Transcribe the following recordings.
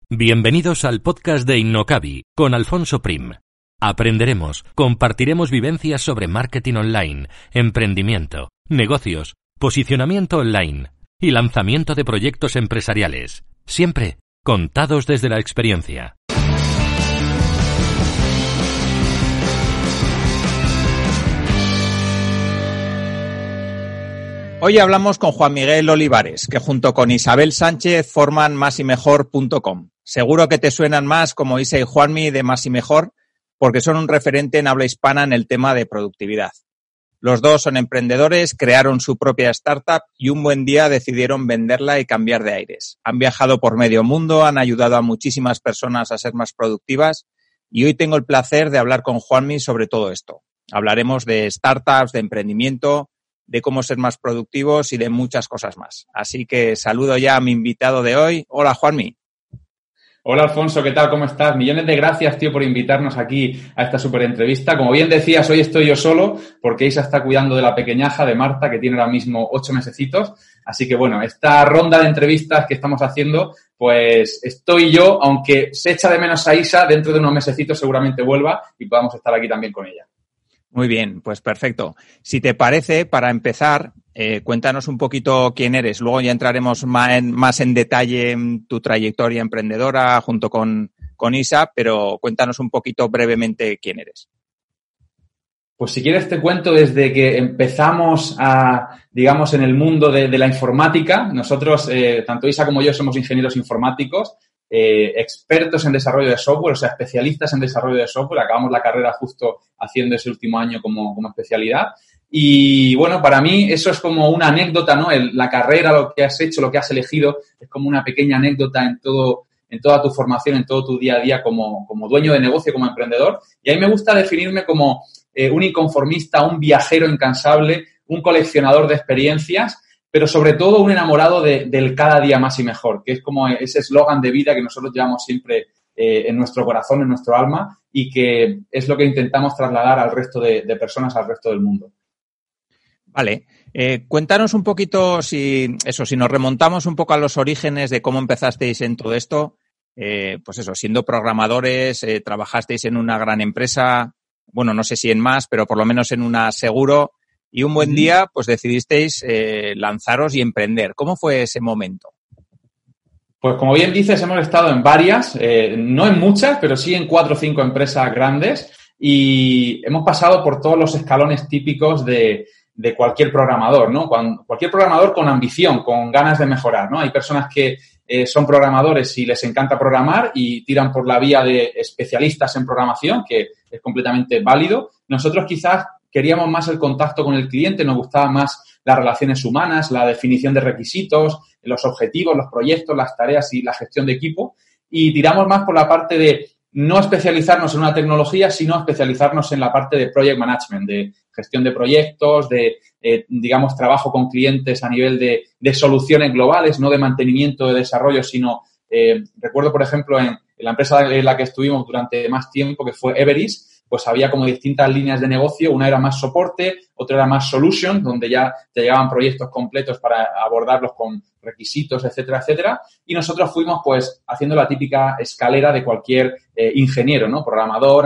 Bienvenidos al podcast de Innocabi con Alfonso Prim. Aprenderemos, compartiremos vivencias sobre marketing online, emprendimiento, negocios, posicionamiento online y lanzamiento de proyectos empresariales, siempre contados desde la experiencia. Hoy hablamos con Juan Miguel Olivares, que junto con Isabel Sánchez forman masimejor.com. Seguro que te suenan más como Isa y Juanmi de Más y Mejor, porque son un referente en habla hispana en el tema de productividad. Los dos son emprendedores, crearon su propia startup y un buen día decidieron venderla y cambiar de aires. Han viajado por medio mundo, han ayudado a muchísimas personas a ser más productivas y hoy tengo el placer de hablar con Juanmi sobre todo esto. Hablaremos de startups, de emprendimiento, de cómo ser más productivos y de muchas cosas más. Así que saludo ya a mi invitado de hoy. Hola, Juanmi. Hola, Alfonso, ¿qué tal? ¿Cómo estás? Millones de gracias, tío, por invitarnos aquí a esta súper entrevista. Como bien decías, hoy estoy yo solo porque Isa está cuidando de la pequeñaja de Marta, que tiene ahora mismo 8 mesecitos. Así que, bueno, esta ronda de entrevistas que estamos haciendo, pues estoy yo, aunque se echa de menos a Isa, dentro de unos mesecitos seguramente vuelva y podamos estar aquí también con ella. Muy bien, pues perfecto. Si te parece, para empezar, cuéntanos un poquito quién eres. Luego ya entraremos más en detalle en tu trayectoria emprendedora junto con Isa, pero cuéntanos un poquito brevemente quién eres. Pues si quieres te cuento desde que empezamos digamos, en el mundo de la informática. Nosotros, tanto Isa como yo, somos ingenieros informáticos, expertos en desarrollo de software, o sea, especialistas en desarrollo de software. Acabamos la carrera justo haciendo ese último año como especialidad. Y bueno, para mí eso es como una anécdota, ¿no? La carrera, lo que has hecho, lo que has elegido, es como una pequeña anécdota en toda tu formación, en todo tu día a día como dueño de negocio, como emprendedor. Y a mí me gusta definirme como un inconformista, un viajero incansable, un coleccionador de experiencias, pero sobre todo un enamorado del cada día más y mejor, que es como ese eslogan de vida que nosotros llevamos siempre en nuestro corazón, en nuestro alma, y que es lo que intentamos trasladar al resto de personas, al resto del mundo. Vale. Cuéntanos un poquito, si nos remontamos un poco a los orígenes de cómo empezasteis en todo esto, pues eso, siendo programadores, trabajasteis en una gran empresa, bueno, no sé si en más, pero por lo menos en una seguro. Y un buen día, pues decidisteis lanzaros y emprender. ¿Cómo fue ese momento? Pues como bien dices, hemos estado en varias, no en muchas, pero sí en 4 o 5 empresas grandes y hemos pasado por todos los escalones típicos de cualquier programador, ¿no? Cualquier programador con ambición, con ganas de mejorar, ¿no? Hay personas que son programadores y les encanta programar y tiran por la vía de especialistas en programación, que es completamente válido. Nosotros quizás queríamos más el contacto con el cliente, nos gustaban más las relaciones humanas, la definición de requisitos, los objetivos, los proyectos, las tareas y la gestión de equipo. Y tiramos más por la parte de no especializarnos en una tecnología, sino especializarnos en la parte de project management, de gestión de proyectos, de, digamos, trabajo con clientes a nivel de soluciones globales, no de mantenimiento, de desarrollo, sino, recuerdo, por ejemplo, en la empresa en la que estuvimos durante más tiempo, que fue Everis, pues había como distintas líneas de negocio. Una era más soporte, otra era más solution, donde ya te llegaban proyectos completos para abordarlos con requisitos, etcétera, etcétera. Y nosotros fuimos, pues, haciendo la típica escalera de cualquier ingeniero, ¿no? Programador,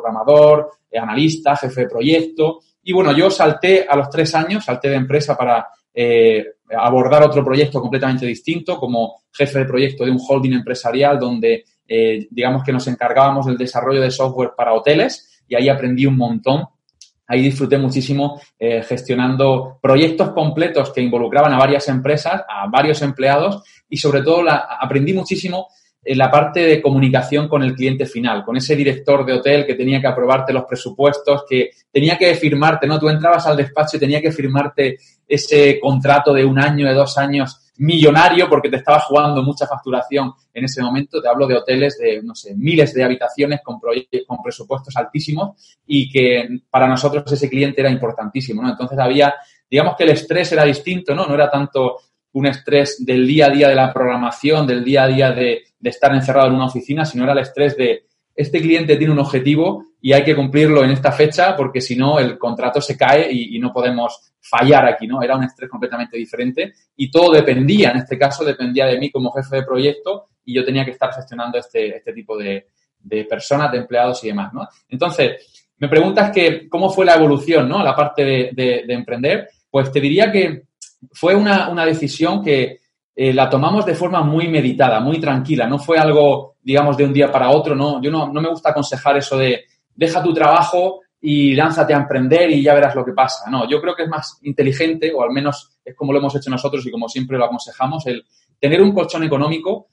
analista, jefe de proyecto. Y bueno, yo salté a los 3 años, salté de empresa para abordar otro proyecto completamente distinto como jefe de proyecto de un holding empresarial donde digamos que nos encargábamos del desarrollo de software para hoteles y ahí aprendí un montón. Ahí disfruté muchísimo gestionando proyectos completos que involucraban a varias empresas, a varios empleados y sobre todo aprendí muchísimo en la parte de comunicación con el cliente final, con ese director de hotel que tenía que aprobarte los presupuestos, que tenía que firmarte, ¿no? Tú entrabas al despacho y tenía que firmarte ese contrato de 1 año, de 2 años, millonario, porque te estaba jugando mucha facturación en ese momento. Te hablo de hoteles de, no sé, miles de habitaciones con presupuestos altísimos y que para nosotros ese cliente era importantísimo, ¿no? Entonces digamos que el estrés era distinto, ¿no? No era tanto un estrés del día a día de la programación, del día a día de estar encerrado en una oficina, sino era el estrés de este cliente tiene un objetivo y hay que cumplirlo en esta fecha porque si no el contrato se cae y no podemos fallar aquí, ¿no? Era un estrés completamente diferente y todo dependía, en este caso dependía de mí como jefe de proyecto y yo tenía que estar gestionando este tipo de personas, de empleados y demás, ¿no? Entonces, me preguntas que cómo fue la evolución, ¿no? A la parte de emprender, pues te diría que fue una decisión que la tomamos de forma muy meditada, muy tranquila. No fue algo, digamos, de un día para otro, ¿no? Yo no me gusta aconsejar eso de deja tu trabajo y lánzate a emprender y ya verás lo que pasa. No, yo creo que es más inteligente, o al menos es como lo hemos hecho nosotros y como siempre lo aconsejamos, el tener un colchón económico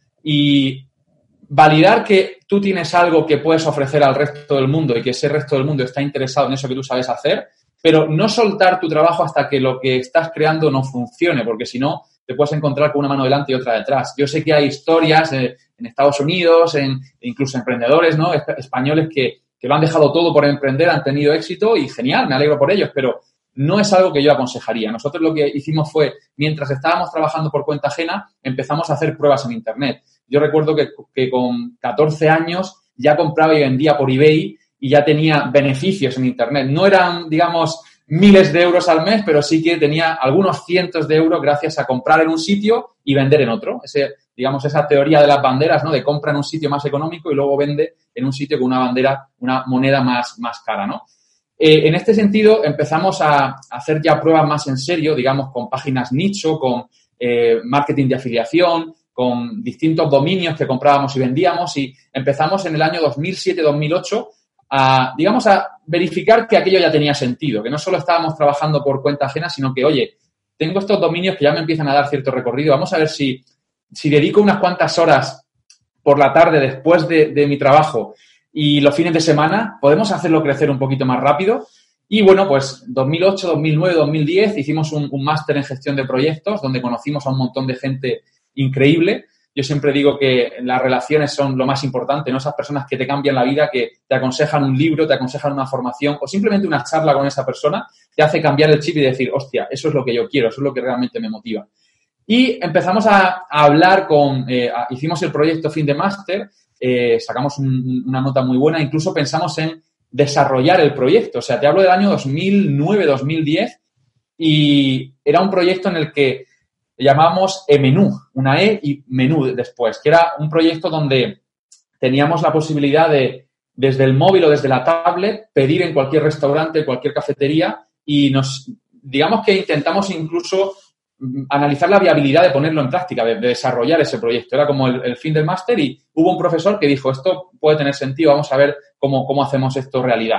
y validar que tú tienes algo que puedes ofrecer al resto del mundo y que ese resto del mundo está interesado en eso que tú sabes hacer, pero no soltar tu trabajo hasta que lo que estás creando no funcione, porque si no te puedes encontrar con una mano delante y otra detrás. Yo sé que hay historias en Estados Unidos, incluso emprendedores, ¿no? Españoles que lo han dejado todo por emprender, han tenido éxito y genial, me alegro por ellos, pero no es algo que yo aconsejaría. Nosotros lo que hicimos fue, mientras estábamos trabajando por cuenta ajena, empezamos a hacer pruebas en Internet. Yo recuerdo que con 14 años ya compraba y vendía por eBay y ya tenía beneficios en Internet. No eran, digamos, miles de euros al mes, pero sí que tenía algunos cientos de euros gracias a comprar en un sitio y vender en otro. Esa teoría de las banderas, ¿no? De compra en un sitio más económico y luego vende en un sitio con una moneda más cara, ¿no? En este sentido, empezamos a hacer ya pruebas más en serio, digamos, con páginas nicho, con marketing de afiliación, con distintos dominios que comprábamos y vendíamos y empezamos en el año 2007-2008 a verificar que aquello ya tenía sentido, que no solo estábamos trabajando por cuenta ajena, sino que, oye, tengo estos dominios que ya me empiezan a dar cierto recorrido, vamos a ver si dedico unas cuantas horas por la tarde después de mi trabajo y los fines de semana, podemos hacerlo crecer un poquito más rápido. Y bueno, pues 2008, 2009, 2010 hicimos un máster en gestión de proyectos donde conocimos a un montón de gente increíble. Yo siempre digo que las relaciones son lo más importante, ¿no? Esas personas que te cambian la vida, que te aconsejan un libro, te aconsejan una formación o simplemente una charla con esa persona, te hace cambiar el chip y decir, hostia, eso es lo que yo quiero, eso es lo que realmente me motiva. Y empezamos a hablar hicimos el proyecto fin de máster, sacamos una nota muy buena, incluso pensamos en desarrollar el proyecto. O sea, te hablo del año 2009-2010 y era un proyecto en el que llamamos eMenú, una E y menú después, que era un proyecto donde teníamos la posibilidad de, desde el móvil o desde la tablet, pedir en cualquier restaurante, cualquier cafetería y digamos que intentamos incluso analizar la viabilidad de ponerlo en práctica, de desarrollar ese proyecto. Era como el fin del máster y hubo un profesor que dijo, esto puede tener sentido, vamos a ver cómo hacemos esto realidad.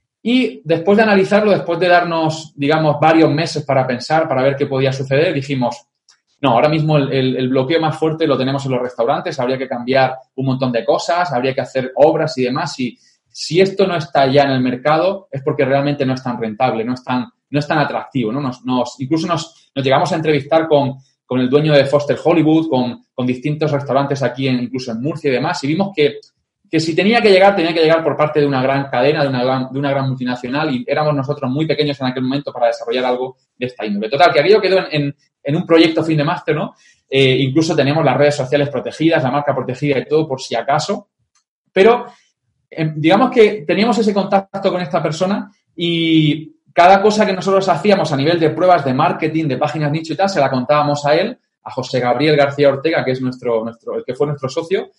Y después de analizarlo, después de darnos, digamos, varios meses para pensar, para ver qué podía suceder, dijimos, no, ahora mismo el bloqueo más fuerte lo tenemos en los restaurantes, habría que cambiar un montón de cosas, habría que hacer obras y demás. Y si esto no está ya en el mercado, es porque realmente no es tan rentable, no es tan atractivo, ¿no? Incluso nos llegamos a entrevistar con el dueño de Foster Hollywood, con distintos restaurantes aquí, incluso en Murcia y demás, y vimos que si tenía que llegar por parte de una gran cadena, de una gran multinacional, y éramos nosotros muy pequeños en aquel momento para desarrollar algo de esta índole. Total, que aquello quedó en un proyecto fin de máster, ¿no? Incluso tenemos las redes sociales protegidas, la marca protegida y todo, por si acaso. Pero digamos que teníamos ese contacto con esta persona y cada cosa que nosotros hacíamos a nivel de pruebas de marketing, de páginas nicho y tal, se la contábamos a él, a José Gabriel García Ortega, que es el que fue nuestro socio.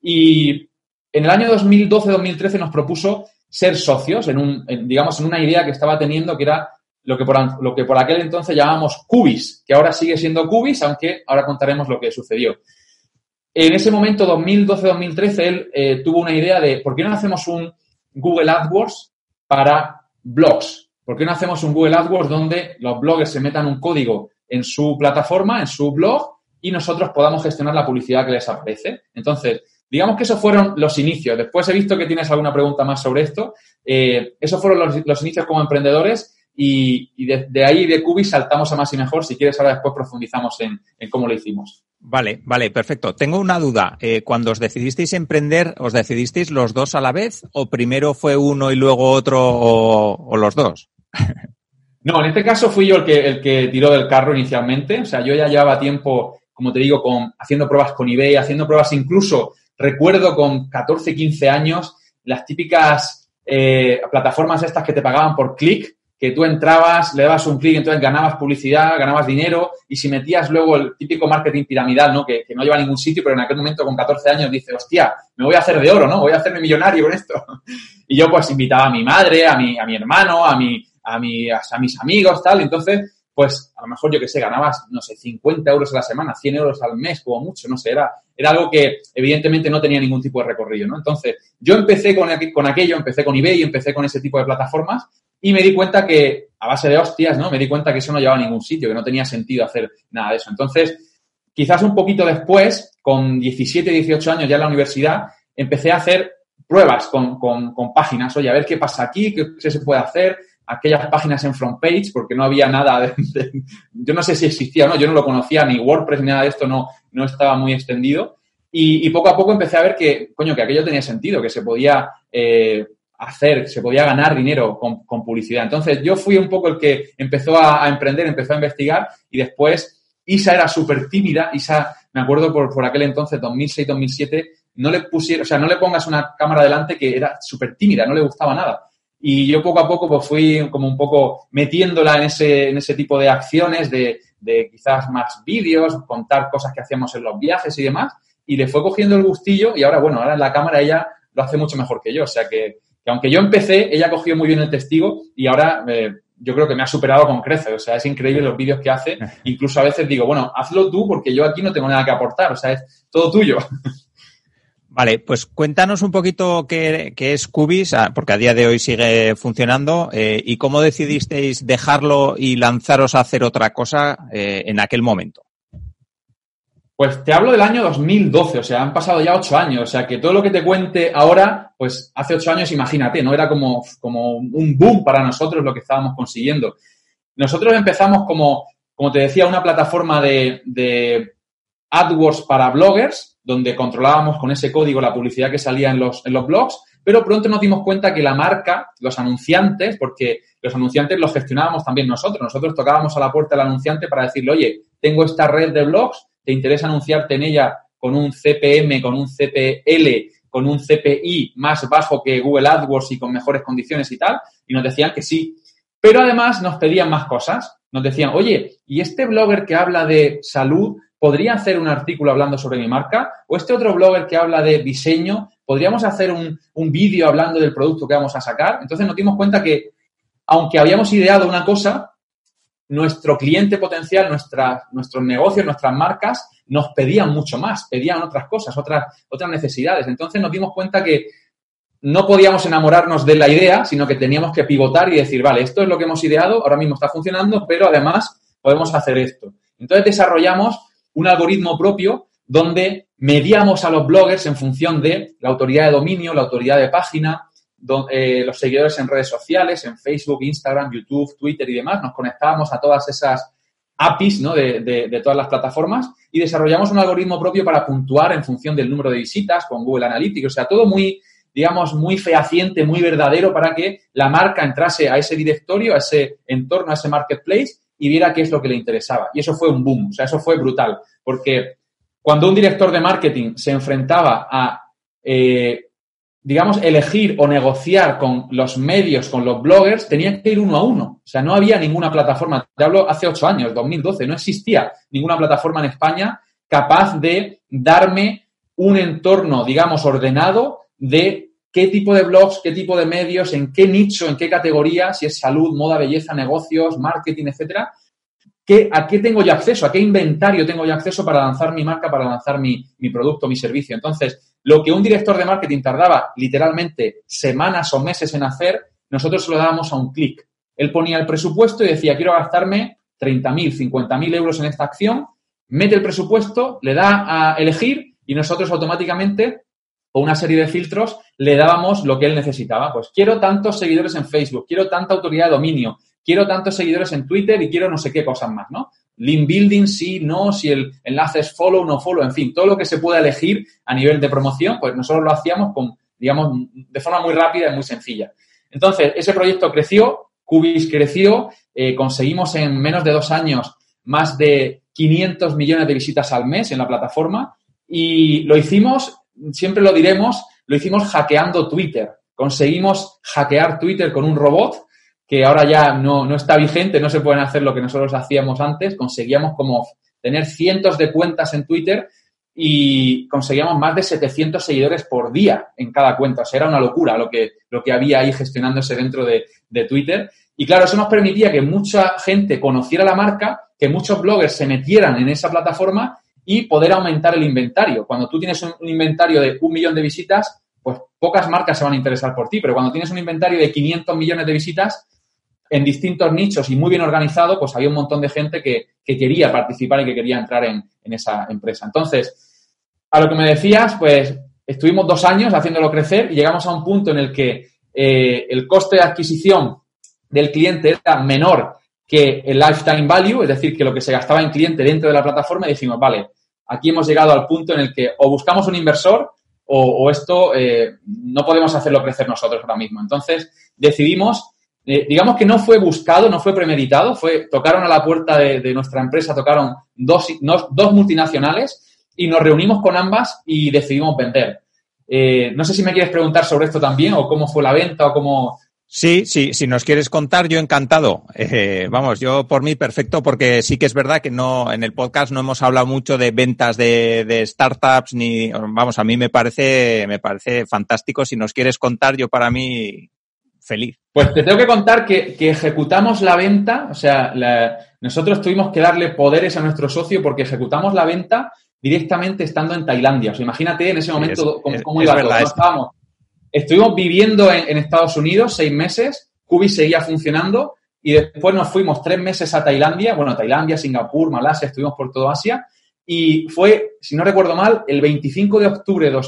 Y en el año 2012-2013 nos propuso ser socios en una idea que estaba teniendo, que era lo que por aquel entonces llamábamos Cubis, que ahora sigue siendo Cubis, aunque ahora contaremos lo que sucedió. En ese momento, 2012-2013, él tuvo una idea de ¿por qué no hacemos un Google AdWords para blogs? ¿Por qué no hacemos un Google AdWords donde los bloggers se metan un código en su plataforma, en su blog, y nosotros podamos gestionar la publicidad que les aparece? Entonces, digamos que esos fueron los inicios. Después he visto que tienes alguna pregunta más sobre esto. Esos fueron los inicios como emprendedores y de ahí, de Cubis, saltamos a Más y Mejor. Si quieres, ahora después profundizamos en cómo lo hicimos. Vale, perfecto. Tengo una duda. Cuando os decidisteis emprender, ¿os decidisteis los dos a la vez o primero fue uno y luego otro o los dos? No, en este caso fui yo el que tiró del carro inicialmente. O sea, yo ya llevaba tiempo, como te digo, haciendo pruebas con eBay, haciendo pruebas incluso, recuerdo con 14, 15 años, las típicas plataformas estas que te pagaban por clic, que tú entrabas, le dabas un clic, entonces ganabas publicidad, ganabas dinero, y si metías luego el típico marketing piramidal, ¿no? Que no lleva a ningún sitio, pero en aquel momento con 14 años dices, hostia, me voy a hacer de oro, ¿no? Voy a hacerme millonario con esto. Y yo pues invitaba a mi madre, a mi hermano, a mis amigos, tal. Entonces, pues a lo mejor, yo qué sé, ganabas, no sé, 50 euros a la semana, 100 euros al mes, como mucho, no sé, era algo que evidentemente no tenía ningún tipo de recorrido, ¿no? Entonces, yo empecé con aquello, empecé con eBay, empecé con ese tipo de plataformas y me di cuenta que, a base de hostias, ¿no? Me di cuenta que eso no llevaba a ningún sitio, que no tenía sentido hacer nada de eso. Entonces, quizás un poquito después, con 17, 18 años ya en la universidad, empecé a hacer pruebas con páginas. Oye, a ver qué pasa aquí, qué se puede hacer. Aquellas páginas en front page, porque no había nada yo no sé si existía o no, yo no lo conocía, ni WordPress ni nada de esto, no estaba muy extendido. Y poco a poco empecé a ver que aquello tenía sentido, que se podía se podía ganar dinero con publicidad. Entonces, yo fui un poco el que empezó a emprender, empezó a investigar, y después Isa era súper tímida. Isa, me acuerdo por aquel entonces, 2006, 2007, no le pongas una cámara delante, que era súper tímida, no le gustaba nada. Y yo poco a poco pues fui como un poco metiéndola en ese tipo de acciones, de quizás más vídeos, contar cosas que hacíamos en los viajes y demás, y le fue cogiendo el gustillo, y ahora en la cámara ella lo hace mucho mejor que yo. O sea que aunque yo empecé, ella cogió muy bien el testigo, y ahora yo creo que me ha superado con creces. O sea, es increíble los vídeos que hace. Incluso a veces digo, bueno, hazlo tú, porque yo aquí no tengo nada que aportar. O sea, es todo tuyo. Vale, pues cuéntanos un poquito qué es Cubis, porque a día de hoy sigue funcionando, y cómo decidisteis dejarlo y lanzaros a hacer otra cosa en aquel momento. Pues te hablo del año 2012, o sea, han pasado ya 8 años, o sea, que todo lo que te cuente ahora, pues hace 8 años, imagínate, no era como un boom para nosotros lo que estábamos consiguiendo. Nosotros empezamos como te decía, una plataforma de AdWords para bloggers, donde controlábamos con ese código la publicidad que salía en los blogs, pero pronto nos dimos cuenta que la marca, los anunciantes, porque los anunciantes los gestionábamos también nosotros tocábamos a la puerta del anunciante para decirle, oye, tengo esta red de blogs, ¿te interesa anunciarte en ella con un CPM, con un CPL, con un CPI más bajo que Google AdWords y con mejores condiciones y tal? Y nos decían que sí. Pero además nos pedían más cosas. Nos decían, oye, ¿y este blogger que habla de salud podría hacer un artículo hablando sobre mi marca? ¿O este otro blogger que habla de diseño, podríamos hacer un vídeo hablando del producto que vamos a sacar? Entonces nos dimos cuenta que, aunque habíamos ideado una cosa, nuestro cliente potencial, nuestros negocios, nuestras marcas, nos pedían mucho más, pedían otras cosas, otras necesidades. Entonces nos dimos cuenta que no podíamos enamorarnos de la idea, sino que teníamos que pivotar y decir, vale, esto es lo que hemos ideado, ahora mismo está funcionando, pero además podemos hacer esto. Entonces desarrollamos un algoritmo propio donde medíamos a los bloggers en función de la autoridad de dominio, la autoridad de página, los seguidores en redes sociales, en Facebook, Instagram, YouTube, Twitter y demás. Nos conectábamos a todas esas APIs, ¿no? de todas las plataformas, y desarrollamos un algoritmo propio para puntuar en función del número de visitas con Google Analytics. O sea, todo muy, digamos, muy fehaciente, muy verdadero, para que la marca entrase a ese directorio, a ese entorno, a ese marketplace, y viera qué es lo que le interesaba. Y eso fue un boom. O sea, eso fue brutal. Porque cuando un director de marketing se enfrentaba a, digamos, elegir o negociar con los medios, con los bloggers, tenía que ir uno a uno. O sea, no había ninguna plataforma. Te hablo hace 8 años, 2012. No existía ninguna plataforma en España capaz de darme un entorno, digamos, ordenado de qué tipo de blogs, qué tipo de medios, en qué nicho, en qué categoría, si es salud, moda, belleza, negocios, marketing, etcétera. ¿A qué tengo yo acceso? ¿A qué inventario tengo yo acceso para lanzar mi marca, para lanzar mi producto, mi servicio? Entonces, lo que un director de marketing tardaba literalmente semanas o meses en hacer, nosotros se lo dábamos a un clic. Él ponía el presupuesto y decía, quiero gastarme 30.000, 50.000 euros en esta acción, mete el presupuesto, le da a elegir y nosotros automáticamente, con una serie de filtros, le dábamos lo que él necesitaba. Pues quiero tantos seguidores en Facebook, quiero tanta autoridad de dominio, quiero tantos seguidores en Twitter y quiero no sé qué cosas más, ¿no? Link building, sí, no, si el enlace es follow, no follow, en fin, todo lo que se pueda elegir a nivel de promoción, pues nosotros lo hacíamos digamos, de forma muy rápida y muy sencilla. Entonces, ese proyecto creció, Cubis creció, conseguimos en menos de 2 años más de 500 millones de visitas al mes en la plataforma, y lo hicimos, siempre lo diremos, lo hicimos hackeando Twitter. Conseguimos hackear Twitter con un robot que ahora ya no está vigente, no se pueden hacer lo que nosotros hacíamos antes, conseguíamos como tener cientos de cuentas en Twitter y conseguíamos más de 700 seguidores por día en cada cuenta. O sea, era una locura lo que había ahí gestionándose dentro de Twitter. Y claro, eso nos permitía que mucha gente conociera la marca, que muchos bloggers se metieran en esa plataforma y poder aumentar el inventario. Cuando tú tienes un inventario de 1 millón de visitas, pues pocas marcas se van a interesar por ti. Pero cuando tienes un inventario de 500 millones de visitas en distintos nichos y muy bien organizado, pues había un montón de gente que quería participar y que quería entrar en esa empresa. Entonces, a lo que me decías, pues estuvimos 2 años haciéndolo crecer y llegamos a un punto en el que el coste de adquisición del cliente era menor que el lifetime value, es decir, que lo que se gastaba en cliente dentro de la plataforma, y dijimos, vale, aquí hemos llegado al punto en el que o buscamos un inversor o esto no podemos hacerlo crecer nosotros ahora mismo. Entonces, decidimos, digamos que no fue buscado, no fue premeditado, tocaron a la puerta de nuestra empresa, tocaron dos multinacionales y nos reunimos con ambas y decidimos vender. No sé si me quieres preguntar sobre esto también o cómo fue la venta o cómo... Sí, si nos quieres contar, yo encantado. Vamos, yo por mí perfecto, porque sí que es verdad que en el podcast no hemos hablado mucho de ventas de startups ni, vamos, a mí me parece fantástico. Si nos quieres contar, yo para mí feliz. Pues te tengo que contar que ejecutamos la venta, o sea, nosotros tuvimos que darle poderes a nuestro socio porque ejecutamos la venta directamente estando en Tailandia. O sea, imagínate en ese momento cómo iba todo. Estuvimos viviendo en Estados Unidos 6 meses, Cubis seguía funcionando y después nos fuimos 3 meses a Tailandia, Tailandia, Singapur, Malasia, estuvimos por toda Asia y fue, si no recuerdo mal, el 25 de octubre de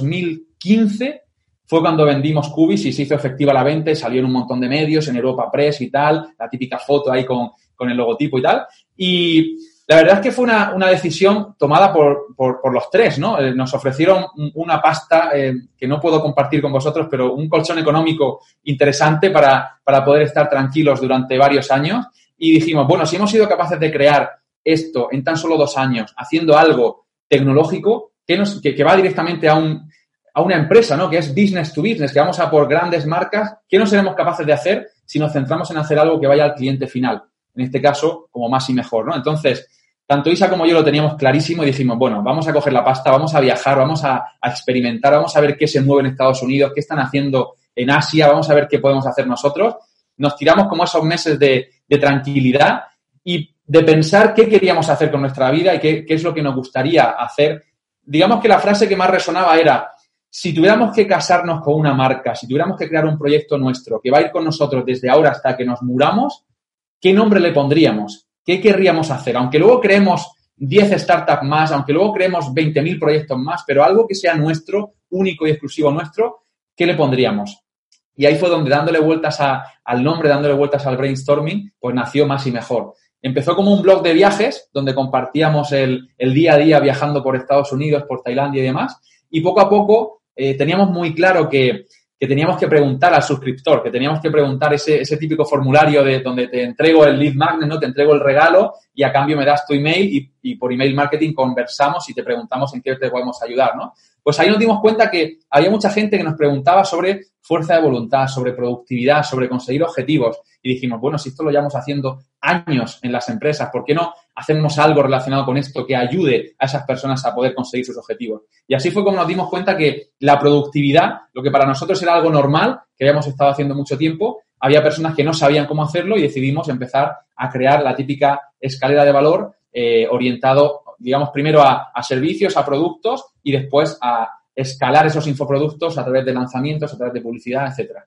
2015 fue cuando vendimos Cubis y se hizo efectiva la venta y salió en un montón de medios, en Europa Press y tal, la típica foto ahí con el logotipo y tal. Y la verdad es que fue una decisión tomada por los tres, ¿no? Nos ofrecieron una pasta que no puedo compartir con vosotros, pero un colchón económico interesante para poder estar tranquilos durante varios años. Y dijimos, bueno, si hemos sido capaces de crear esto en tan solo 2 años, haciendo algo tecnológico que va directamente a una empresa, ¿no? Que es business to business, que vamos a por grandes marcas, ¿qué no seremos capaces de hacer si nos centramos en hacer algo que vaya al cliente final? En este caso, como más y mejor, ¿no? Entonces, tanto Isa como yo lo teníamos clarísimo y dijimos, bueno, vamos a coger la pasta, vamos a viajar, vamos a experimentar, vamos a ver qué se mueve en Estados Unidos, qué están haciendo en Asia, vamos a ver qué podemos hacer nosotros. Nos tiramos como esos meses de tranquilidad y de pensar qué queríamos hacer con nuestra vida y qué es lo que nos gustaría hacer. Digamos que la frase que más resonaba era, si tuviéramos que casarnos con una marca, si tuviéramos que crear un proyecto nuestro que va a ir con nosotros desde ahora hasta que nos muramos, ¿qué nombre le pondríamos? ¿Qué querríamos hacer? Aunque luego creemos 10 startups más, aunque luego creemos 20.000 proyectos más, pero algo que sea nuestro, único y exclusivo nuestro, ¿qué le pondríamos? Y ahí fue donde, dándole vueltas al nombre, dándole vueltas al brainstorming, pues nació Más y Mejor. Empezó como un blog de viajes, donde compartíamos el día a día viajando por Estados Unidos, por Tailandia y demás, y poco a poco teníamos muy claro que teníamos que preguntar al suscriptor, que teníamos que preguntar ese típico formulario de donde te entrego el lead magnet, ¿no? Te entrego el regalo y a cambio me das tu email y por email marketing conversamos y te preguntamos en qué te podemos ayudar, ¿no? Pues ahí nos dimos cuenta que había mucha gente que nos preguntaba sobre fuerza de voluntad, sobre productividad, sobre conseguir objetivos. Y dijimos, bueno, si esto lo llevamos haciendo años en las empresas, ¿por qué no hacemos algo relacionado con esto que ayude a esas personas a poder conseguir sus objetivos? Y así fue como nos dimos cuenta que la productividad, lo que para nosotros era algo normal, que habíamos estado haciendo mucho tiempo, había personas que no sabían cómo hacerlo y decidimos empezar a crear la típica escalera de valor orientado, digamos, primero a servicios, a productos y después a escalar esos infoproductos a través de lanzamientos, a través de publicidad, etcétera.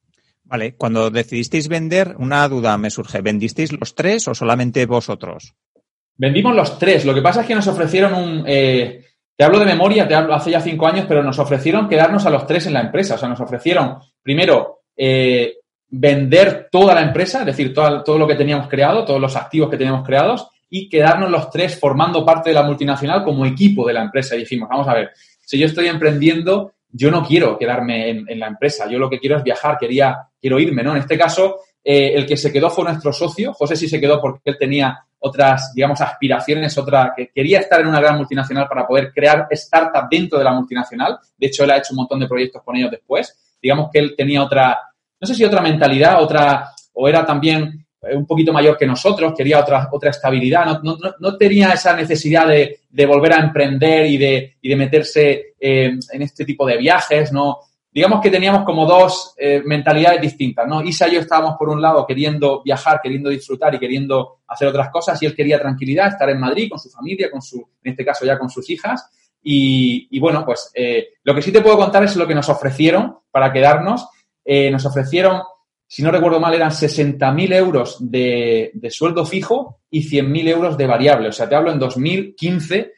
Vale, cuando decidisteis vender, una duda me surge. ¿Vendisteis los 3 o solamente vosotros? Vendimos los 3. Lo que pasa es que nos ofrecieron te hablo de memoria, te hablo hace ya 5 años, pero nos ofrecieron quedarnos a los 3 en la empresa. O sea, nos ofrecieron, primero, vender toda la empresa, es decir, todo lo que teníamos creado, todos los activos que teníamos creados, y quedarnos los 3 formando parte de la multinacional como equipo de la empresa. Y dijimos, vamos a ver, si yo estoy emprendiendo, yo no quiero quedarme en la empresa. Yo lo que quiero es viajar, quiero irme, ¿no? En este caso, el que se quedó fue nuestro socio. José sí se quedó porque él tenía otras, digamos, aspiraciones, que quería estar en una gran multinacional para poder crear startup dentro de la multinacional. De hecho, él ha hecho un montón de proyectos con ellos después. Digamos que él tenía otra, no sé si otra mentalidad, o era también un poquito mayor que nosotros, quería otra estabilidad, no tenía esa necesidad de volver a emprender y de meterse en este tipo de viajes, ¿no? Digamos que teníamos como dos mentalidades distintas, ¿no? Isa y yo estábamos por un lado queriendo viajar, queriendo disfrutar y queriendo hacer otras cosas, y él quería tranquilidad, estar en Madrid con su familia, en este caso ya con sus hijas. Y bueno, pues lo que sí te puedo contar es lo que nos ofrecieron para quedarnos. Nos ofrecieron, si no recuerdo mal, eran 60.000 euros de sueldo fijo y 100.000 euros de variable. O sea, te hablo en 2015,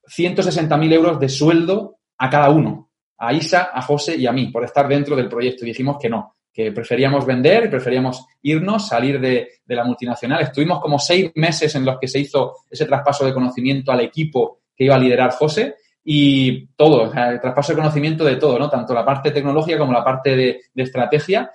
160.000 euros de sueldo a cada uno. A Isa, a José y a mí, por estar dentro del proyecto. Y dijimos que no, que preferíamos vender, preferíamos irnos, salir de la multinacional. Estuvimos como 6 meses en los que se hizo ese traspaso de conocimiento al equipo que iba a liderar José, y todo, o sea, el traspaso de conocimiento de todo, ¿no? Tanto la parte tecnológica como la parte de estrategia.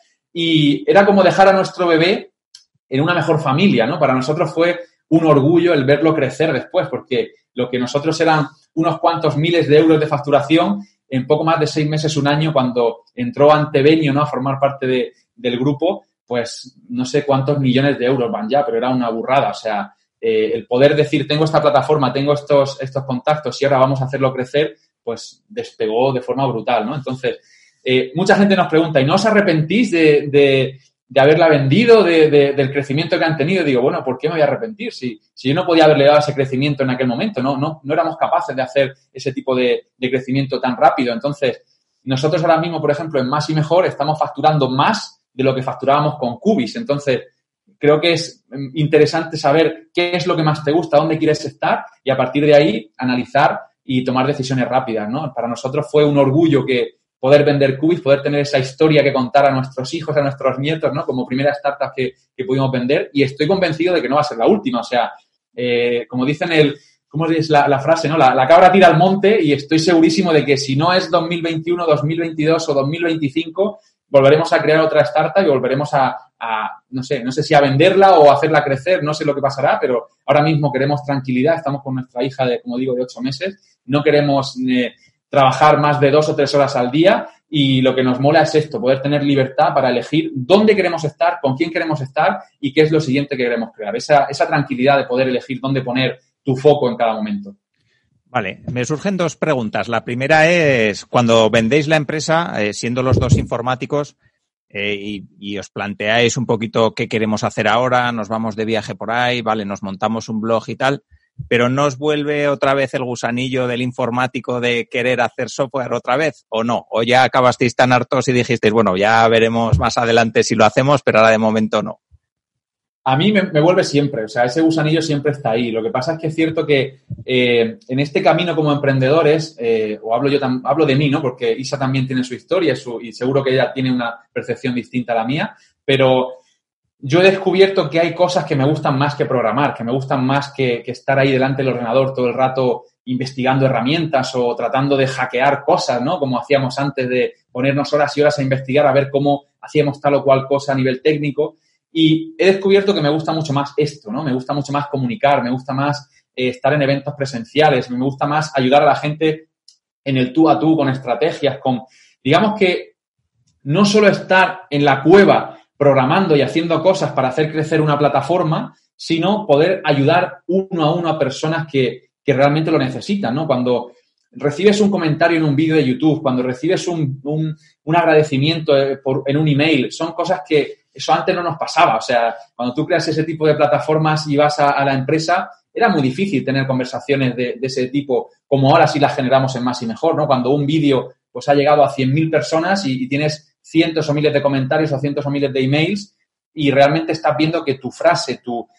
Y era como dejar a nuestro bebé en una mejor familia, ¿no? Para nosotros fue un orgullo el verlo crecer después, porque lo que nosotros eran unos cuantos miles de euros de facturación, en poco más de 6 meses, un año, cuando entró Antevenio, ¿no?, a formar parte del grupo, pues no sé cuántos millones de euros van ya, pero era una burrada. O sea, el poder decir, tengo esta plataforma, tengo estos contactos y ahora vamos a hacerlo crecer, pues despegó de forma brutal, ¿no? Entonces, mucha gente nos pregunta, ¿y no os arrepentís de haberla vendido, del crecimiento que han tenido? Y digo, bueno, ¿por qué me voy a arrepentir? Si yo no podía haberle dado ese crecimiento en aquel momento, no éramos capaces de hacer ese tipo de crecimiento tan rápido. Entonces, nosotros ahora mismo, por ejemplo, en Más y Mejor estamos facturando más de lo que facturábamos con Cubis. Entonces, creo que es interesante saber qué es lo que más te gusta, dónde quieres estar, y a partir de ahí analizar y tomar decisiones rápidas, ¿no? Para nosotros fue un orgullo poder vender Cubis, poder tener esa historia que contar a nuestros hijos, a nuestros nietos, ¿no? Como primera startup que pudimos vender, y estoy convencido de que no va a ser la última. O sea, como dicen ¿cómo es la frase, no? La cabra tira al monte, y estoy segurísimo de que si no es 2021, 2022 o 2025, volveremos a crear otra startup y volveremos a no sé si a venderla o a hacerla crecer, no sé lo que pasará, pero ahora mismo queremos tranquilidad. Estamos con nuestra hija de 8 meses, no queremos trabajar más de 2 o 3 horas al día, y lo que nos mola es esto, poder tener libertad para elegir dónde queremos estar, con quién queremos estar y qué es lo siguiente que queremos crear. Esa tranquilidad de poder elegir dónde poner tu foco en cada momento. Vale, me surgen 2 preguntas. La primera es, cuando vendéis la empresa, siendo los 2 informáticos, y os planteáis un poquito qué queremos hacer ahora, nos vamos de viaje por ahí, vale, nos montamos un blog y tal, pero ¿no os vuelve otra vez el gusanillo del informático de querer hacer software otra vez o no? ¿O ya acabasteis tan hartos y dijisteis, bueno, ya veremos más adelante si lo hacemos, pero ahora de momento no? A mí me vuelve siempre, o sea, ese gusanillo siempre está ahí. Lo que pasa es que es cierto que en este camino como emprendedores, hablo de mí, ¿no? Porque Isa también tiene su historia y seguro que ella tiene una percepción distinta a la mía, pero yo he descubierto que hay cosas que me gustan más que programar, que me gustan más que estar ahí delante del ordenador todo el rato investigando herramientas o tratando de hackear cosas, ¿no? Como hacíamos antes, de ponernos horas y horas a investigar a ver cómo hacíamos tal o cual cosa a nivel técnico. Y he descubierto que me gusta mucho más esto, ¿no? Me gusta mucho más comunicar, me gusta más estar en eventos presenciales, me gusta más ayudar a la gente en el tú a tú, con estrategias, digamos que no solo estar en la cueva programando y haciendo cosas para hacer crecer una plataforma, sino poder ayudar uno a uno a personas que realmente lo necesitan, ¿no? Cuando recibes un comentario en un vídeo de YouTube, cuando recibes un agradecimiento en un email, son cosas que eso antes no nos pasaba. O sea, cuando tú creas ese tipo de plataformas y vas a la empresa, era muy difícil tener conversaciones de ese tipo, como ahora sí las generamos en Más y Mejor, ¿no? Cuando un vídeo pues ha llegado a 100.000 personas y tienes cientos o miles de comentarios o cientos o miles de emails, y realmente estás viendo que tu frase,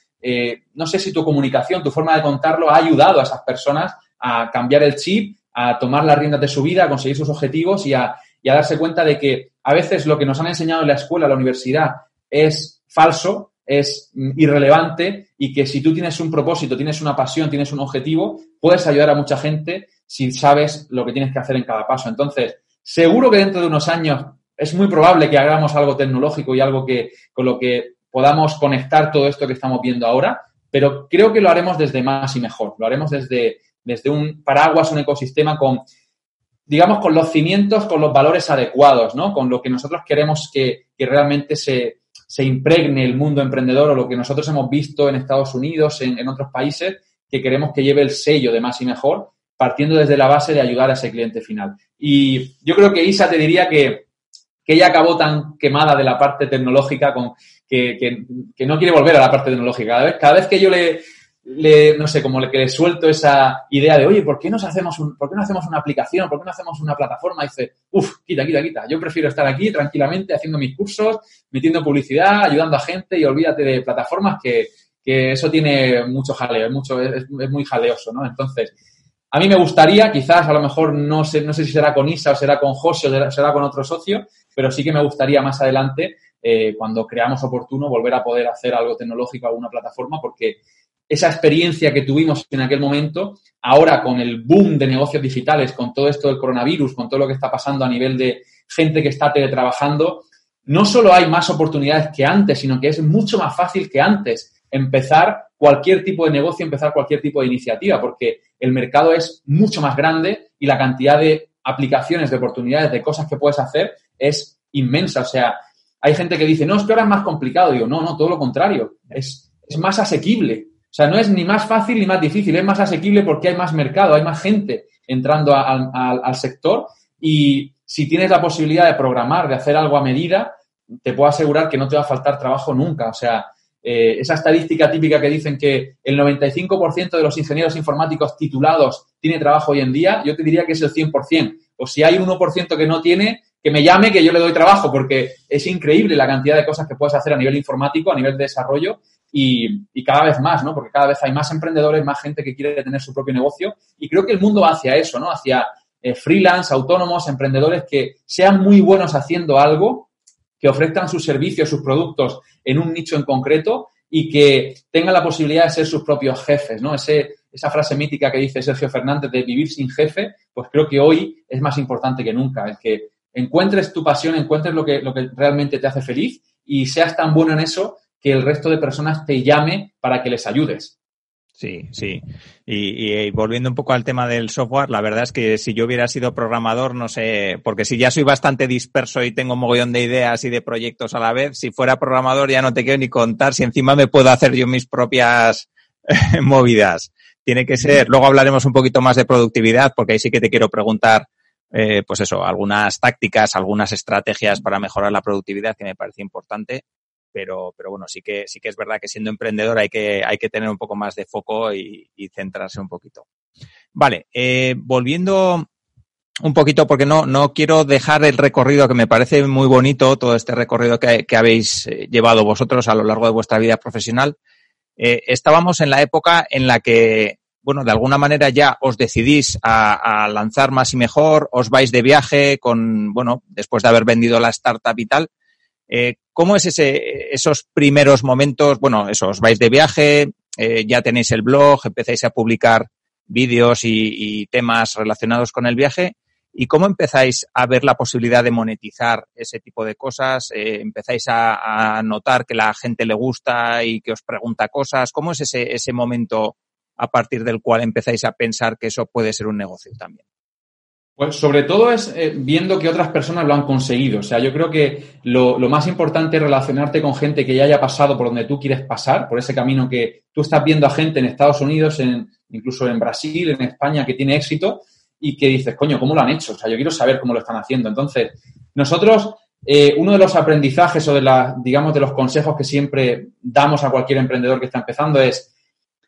no sé si tu comunicación, tu forma de contarlo ha ayudado a esas personas a cambiar el chip, a tomar las riendas de su vida, a conseguir sus objetivos y a darse cuenta de que a veces lo que nos han enseñado en la escuela, la universidad, es falso, es irrelevante, y que si tú tienes un propósito, tienes una pasión, tienes un objetivo, puedes ayudar a mucha gente si sabes lo que tienes que hacer en cada paso. Entonces, seguro que dentro de unos años es muy probable que hagamos algo tecnológico y algo con lo que podamos conectar todo esto que estamos viendo ahora, pero creo que lo haremos desde Más y Mejor. Lo haremos desde un paraguas, un ecosistema con los cimientos, con los valores adecuados, ¿no? Con lo que nosotros queremos que realmente se se impregne el mundo emprendedor o lo que nosotros hemos visto en Estados Unidos, en otros países, que queremos que lleve el sello de Más y Mejor, partiendo desde la base de ayudar a ese cliente final. Y yo creo que Isa te diría que ella acabó tan quemada de la parte tecnológica que no quiere volver a la parte tecnológica. Cada vez que yo no sé, como que le suelto esa idea de, oye, ¿por qué no hacemos una aplicación? ¿Por qué no hacemos una plataforma? Dice, quita. Yo prefiero estar aquí tranquilamente haciendo mis cursos, metiendo publicidad, ayudando a gente y olvídate de plataformas que eso tiene mucho jaleo, es muy jaleoso, ¿no? Entonces, a mí me gustaría, quizás a lo mejor no sé si será con Isa o será con José o será con otro socio, pero sí que me gustaría más adelante, cuando creamos oportuno, volver a poder hacer algo tecnológico, alguna plataforma, porque esa experiencia que tuvimos en aquel momento, ahora con el boom de negocios digitales, con todo esto del coronavirus, con todo lo que está pasando a nivel de gente que está teletrabajando, no solo hay más oportunidades que antes, sino que es mucho más fácil que antes empezar cualquier tipo de negocio, empezar cualquier tipo de iniciativa, porque el mercado es mucho más grande y la cantidad de aplicaciones, de oportunidades, de cosas que puedes hacer es inmensa. O sea, hay gente que dice, no, es que ahora es más complicado. Digo, no, todo lo contrario. Es más asequible. O sea, no es ni más fácil ni más difícil, es más asequible porque hay más mercado, hay más gente entrando al sector y si tienes la posibilidad de programar, de hacer algo a medida, te puedo asegurar que no te va a faltar trabajo nunca. O sea, esa estadística típica que dicen que el 95% de los ingenieros informáticos titulados tiene trabajo hoy en día, yo te diría que es el 100%. O si hay un 1% que no tiene, que me llame, que yo le doy trabajo, porque es increíble la cantidad de cosas que puedes hacer a nivel informático, a nivel de desarrollo y cada vez más, ¿no? Porque cada vez hay más emprendedores, más gente que quiere tener su propio negocio y creo que el mundo va hacia eso, ¿no? Hacia freelance, autónomos, emprendedores que sean muy buenos haciendo algo, que ofrezcan sus servicios, sus productos en un nicho en concreto y que tengan la posibilidad de ser sus propios jefes, ¿no? Esa frase mítica que dice Sergio Fernández de vivir sin jefe, pues creo que hoy es más importante que nunca, el que encuentres tu pasión, encuentres lo que realmente te hace feliz y seas tan bueno en eso que el resto de personas te llame para que les ayudes. Sí. Y volviendo un poco al tema del software, la verdad es que si yo hubiera sido programador, no sé, porque si ya soy bastante disperso y tengo un mogollón de ideas y de proyectos a la vez, si fuera programador ya no te quiero ni contar si encima me puedo hacer yo mis propias movidas. Tiene que ser, luego hablaremos un poquito más de productividad, porque ahí sí que te quiero preguntar, pues eso, algunas tácticas, algunas estrategias para mejorar la productividad que me parece importante. Pero bueno, sí que es verdad que siendo emprendedor hay que tener un poco más de foco y centrarse un poquito. Vale, volviendo un poquito, porque no quiero dejar el recorrido que me parece muy bonito, todo este recorrido que habéis llevado vosotros a lo largo de vuestra vida profesional. Estábamos en la época en la que, bueno, de alguna manera ya os decidís a lanzar Más y Mejor, os vais de viaje después de haber vendido la startup y tal. ¿Cómo es esos primeros momentos? Bueno, os vais de viaje, ya tenéis el blog, empezáis a publicar vídeos y temas relacionados con el viaje. ¿Y cómo empezáis a ver la posibilidad de monetizar ese tipo de cosas? ¿Empezáis a notar que la gente le gusta y que os pregunta cosas? ¿Cómo es ese momento a partir del cual empezáis a pensar que eso puede ser un negocio también? Pues sobre todo es viendo que otras personas lo han conseguido. O sea, yo creo que lo más importante es relacionarte con gente que ya haya pasado por donde tú quieres pasar, por ese camino que tú estás viendo a gente en Estados Unidos, incluso en Brasil, en España, que tiene éxito y que dices, coño, ¿cómo lo han hecho? O sea, yo quiero saber cómo lo están haciendo. Entonces, nosotros, uno de los aprendizajes o de los consejos que siempre damos a cualquier emprendedor que está empezando es,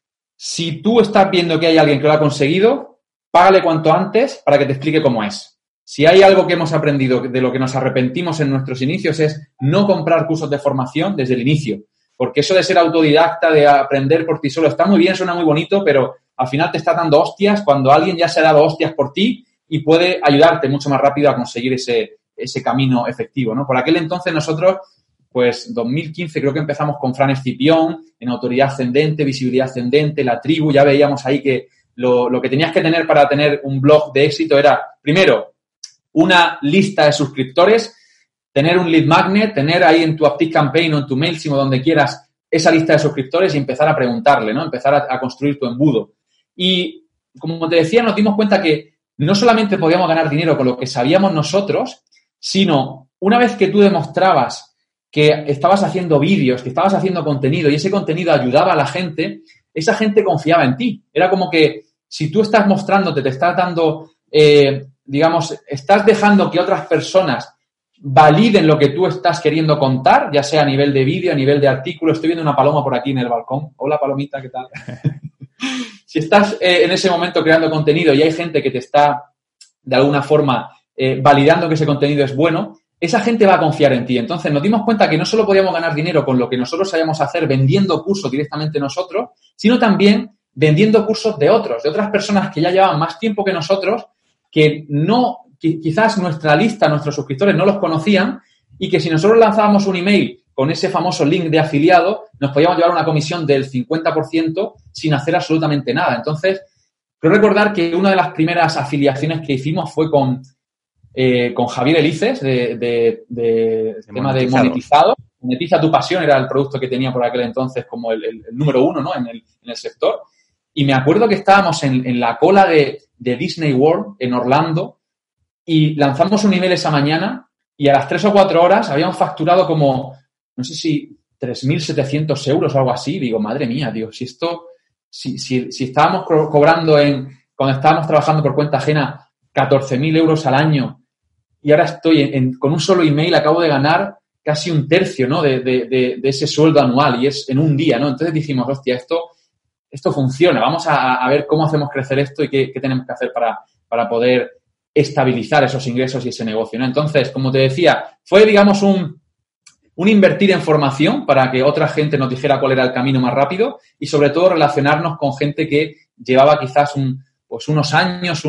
si tú estás viendo que hay alguien que lo ha conseguido, págale cuanto antes para que te explique cómo es. Si hay algo que hemos aprendido de lo que nos arrepentimos en nuestros inicios es no comprar cursos de formación desde el inicio. Porque eso de ser autodidacta, de aprender por ti solo, está muy bien, suena muy bonito, pero al final te está dando hostias cuando alguien ya se ha dado hostias por ti y puede ayudarte mucho más rápido a conseguir ese camino efectivo, ¿no? Por aquel entonces nosotros, pues 2015 creo que empezamos con Fran Escipión, en autoridad ascendente, visibilidad ascendente, la tribu, ya veíamos ahí que lo que tenías que tener para tener un blog de éxito era, primero, una lista de suscriptores, tener un lead magnet, tener ahí en tu ActiveCampaign o en tu MailChimp o donde quieras esa lista de suscriptores y empezar a preguntarle, ¿no? Empezar a construir tu embudo. Y, como te decía, nos dimos cuenta que no solamente podíamos ganar dinero con lo que sabíamos nosotros, sino una vez que tú demostrabas que estabas haciendo vídeos, que estabas haciendo contenido y ese contenido ayudaba a la gente, esa gente confiaba en ti. Era como que si tú estás mostrándote, te estás dando, estás dejando que otras personas validen lo que tú estás queriendo contar, ya sea a nivel de vídeo, a nivel de artículo. Estoy viendo una paloma por aquí en el balcón. Hola, palomita, ¿qué tal? Si estás en ese momento creando contenido y hay gente que te está, de alguna forma, validando que ese contenido es bueno, esa gente va a confiar en ti. Entonces nos dimos cuenta que no solo podíamos ganar dinero con lo que nosotros sabíamos hacer vendiendo cursos directamente nosotros, sino también vendiendo cursos de otros, de otras personas que ya llevaban más tiempo que nosotros, que quizás nuestra lista, nuestros suscriptores no los conocían y que si nosotros lanzábamos un email con ese famoso link de afiliado, nos podíamos llevar una comisión del 50% sin hacer absolutamente nada. Entonces, creo recordar que una de las primeras afiliaciones que hicimos fue con Javier Elices, de tema de monetizado. Monetiza tu pasión era el producto que tenía por aquel entonces como el número uno, ¿no? en el sector. Y me acuerdo que estábamos en la cola de Disney World en Orlando y lanzamos un email esa mañana y a las 3 o 4 horas habíamos facturado como, no sé si 3.700 euros o algo así. Digo, madre mía, tío, si estábamos cobrando cuando estábamos trabajando por cuenta ajena 14.000 euros al año y ahora estoy con un solo email, acabo de ganar casi un tercio, ¿no? de ese sueldo anual y es en un día, ¿no? Entonces dijimos, hostia, esto funciona, vamos a ver cómo hacemos crecer esto y qué tenemos que hacer para poder estabilizar esos ingresos y ese negocio, ¿no? Entonces, como te decía, fue, digamos, un invertir en formación para que otra gente nos dijera cuál era el camino más rápido y, sobre todo, relacionarnos con gente que llevaba quizás unos años,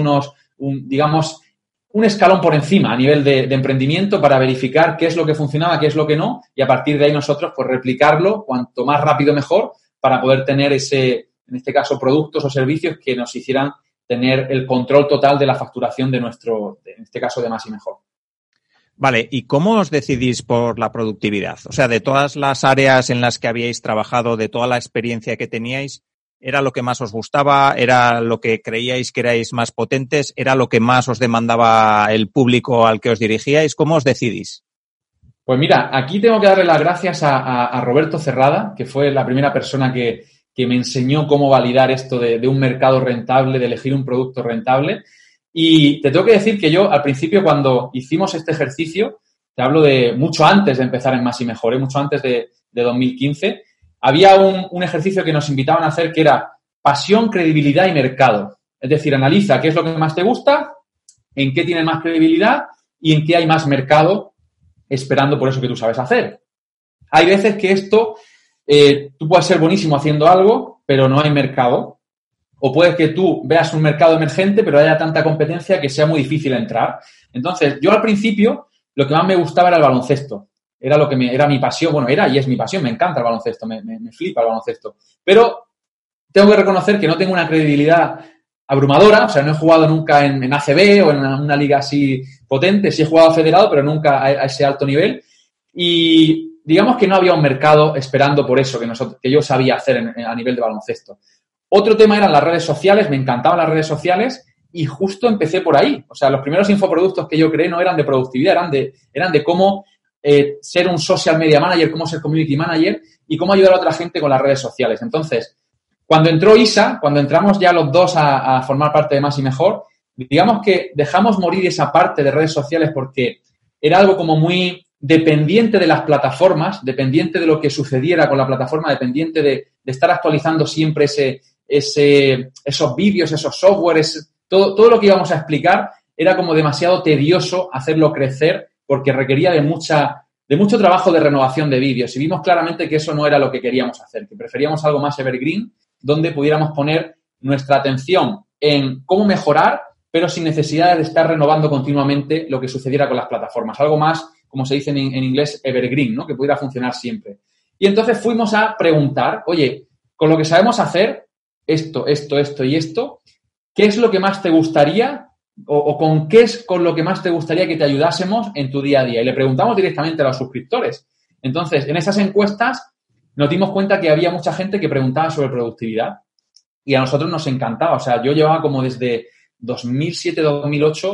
un escalón por encima a nivel de emprendimiento para verificar qué es lo que funcionaba, qué es lo que no y a partir de ahí nosotros, pues, replicarlo cuanto más rápido mejor para poder tener en este caso, productos o servicios que nos hicieran tener el control total de la facturación en este caso, de Más y Mejor. Vale, ¿y cómo os decidís por la productividad? O sea, de todas las áreas en las que habíais trabajado, de toda la experiencia que teníais, ¿era lo que más os gustaba? ¿Era lo que creíais que erais más potentes? ¿Era lo que más os demandaba el público al que os dirigíais? ¿Cómo os decidís? Pues mira, aquí tengo que darle las gracias a Roberto Cerrada, que fue la primera persona que me enseñó cómo validar esto de un mercado rentable, de elegir un producto rentable. Y te tengo que decir que yo, al principio, cuando hicimos este ejercicio, te hablo de mucho antes de empezar en Más y Mejor, mucho antes de 2015, había un ejercicio que nos invitaban a hacer que era pasión, credibilidad y mercado. Es decir, analiza qué es lo que más te gusta, en qué tiene más credibilidad y en qué hay más mercado esperando por eso que tú sabes hacer. Hay veces que esto, tú puedes ser buenísimo haciendo algo, pero no hay mercado. O puede que tú veas un mercado emergente, pero haya tanta competencia que sea muy difícil entrar. Entonces, yo al principio, lo que más me gustaba era el baloncesto. Era era mi pasión. Bueno, era y es mi pasión. Me encanta el baloncesto. Me flipa el baloncesto. Pero tengo que reconocer que no tengo una credibilidad abrumadora. O sea, no he jugado nunca en ACB o en una liga así potente. Sí he jugado federado, pero nunca a ese alto nivel. Y digamos que no había un mercado esperando por eso que yo sabía hacer a nivel de baloncesto. Otro tema eran las redes sociales. Me encantaban las redes sociales y justo empecé por ahí. O sea, los primeros infoproductos que yo creé no eran de productividad, eran de cómo ser un social media manager, cómo ser community manager y cómo ayudar a otra gente con las redes sociales. Entonces, cuando entró Isa, cuando entramos ya los dos a formar parte de Más y Mejor, digamos que dejamos morir esa parte de redes sociales porque era algo como muy dependiente de las plataformas, dependiente de lo que sucediera con la plataforma, dependiente de estar actualizando siempre esos vídeos, esos softwares, todo lo que íbamos a explicar era como demasiado tedioso hacerlo crecer porque requería de mucho trabajo de renovación de vídeos y vimos claramente que eso no era lo que queríamos hacer, que preferíamos algo más evergreen donde pudiéramos poner nuestra atención en cómo mejorar, pero sin necesidad de estar renovando continuamente lo que sucediera con las plataformas. Algo más, como se dice en inglés, evergreen, ¿no? Que pudiera funcionar siempre. Y entonces fuimos a preguntar, oye, con lo que sabemos hacer, esto y esto, ¿qué es lo que más te gustaría o con qué es con lo que más te gustaría que te ayudásemos en tu día a día? Y le preguntamos directamente a los suscriptores. Entonces, en esas encuestas nos dimos cuenta que había mucha gente que preguntaba sobre productividad y a nosotros nos encantaba. O sea, yo llevaba como desde 2007-2008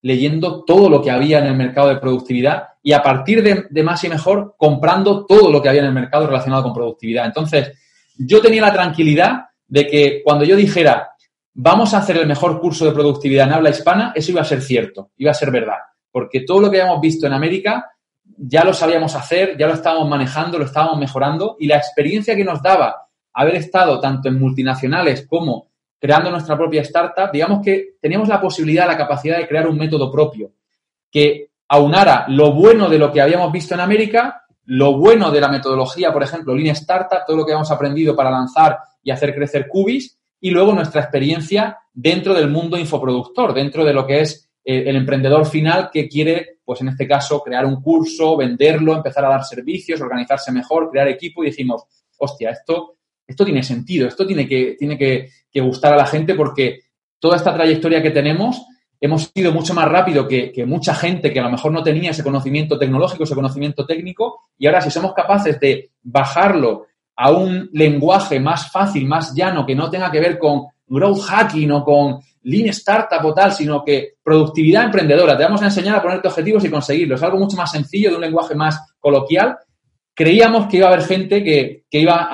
leyendo todo lo que había en el mercado de productividad y a partir de Más y Mejor comprando todo lo que había en el mercado relacionado con productividad. Entonces, yo tenía la tranquilidad de que cuando yo dijera vamos a hacer el mejor curso de productividad en habla hispana, eso iba a ser cierto, iba a ser verdad. Porque todo lo que habíamos visto en América ya lo sabíamos hacer, ya lo estábamos manejando, lo estábamos mejorando y la experiencia que nos daba haber estado tanto en multinacionales como creando nuestra propia startup, digamos que teníamos la posibilidad, la capacidad de crear un método propio que aunara lo bueno de lo que habíamos visto en América, lo bueno de la metodología, por ejemplo, Lean Startup, todo lo que hemos aprendido para lanzar y hacer crecer Cubis, y luego nuestra experiencia dentro del mundo infoproductor, dentro de lo que es el emprendedor final que quiere, pues en este caso, crear un curso, venderlo, empezar a dar servicios, organizarse mejor, crear equipo y decimos, hostia, esto tiene sentido, esto tiene que gustar a la gente porque toda esta trayectoria que tenemos hemos ido mucho más rápido que mucha gente que a lo mejor no tenía ese conocimiento tecnológico, ese conocimiento técnico y ahora si somos capaces de bajarlo a un lenguaje más fácil, más llano, que no tenga que ver con growth hacking o con Lean Startup o tal, sino que productividad emprendedora. Te vamos a enseñar a ponerte objetivos y conseguirlos. Es algo mucho más sencillo, de un lenguaje más coloquial. Creíamos que iba a haber gente que iba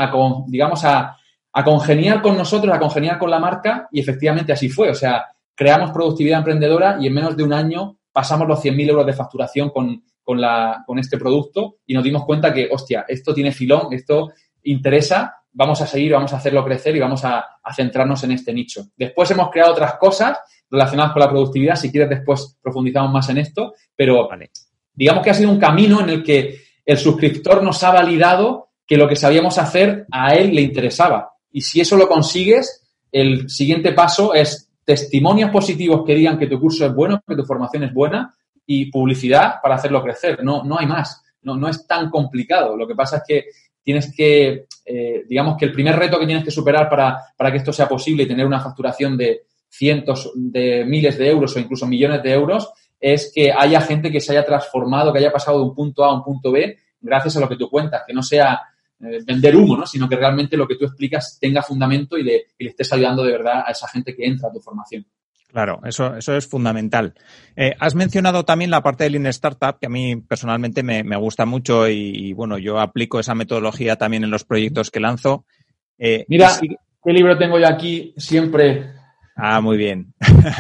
a congeniar con nosotros, a congeniar con la marca y efectivamente así fue. O sea, creamos productividad emprendedora y en menos de un año pasamos los 100.000 euros de facturación con este producto y nos dimos cuenta que, hostia, esto tiene filón, esto interesa, vamos a seguir, vamos a hacerlo crecer y vamos a centrarnos en este nicho. Después hemos creado otras cosas relacionadas con la productividad, si quieres después profundizamos más en esto, pero vale. Digamos que ha sido un camino en el que el suscriptor nos ha validado que lo que sabíamos hacer a él le interesaba. Y si eso lo consigues, el siguiente paso es testimonios positivos que digan que tu curso es bueno, que tu formación es buena y publicidad para hacerlo crecer. No hay más. No es tan complicado. Lo que pasa es que tienes que, digamos que el primer reto que tienes que superar para que esto sea posible y tener una facturación de cientos de miles de euros o incluso millones de euros es que haya gente que se haya transformado, que haya pasado de un punto A a un punto B gracias a lo que tú cuentas, que no sea vender humo, ¿no? Sino que realmente lo que tú explicas tenga fundamento y le estés ayudando de verdad a esa gente que entra a tu formación. Claro, eso es fundamental. Has mencionado también la parte de Lean Startup, que a mí personalmente me gusta mucho y, bueno, yo aplico esa metodología también en los proyectos que lanzo. Mira, ¿qué libro tengo yo aquí siempre? Ah, muy bien.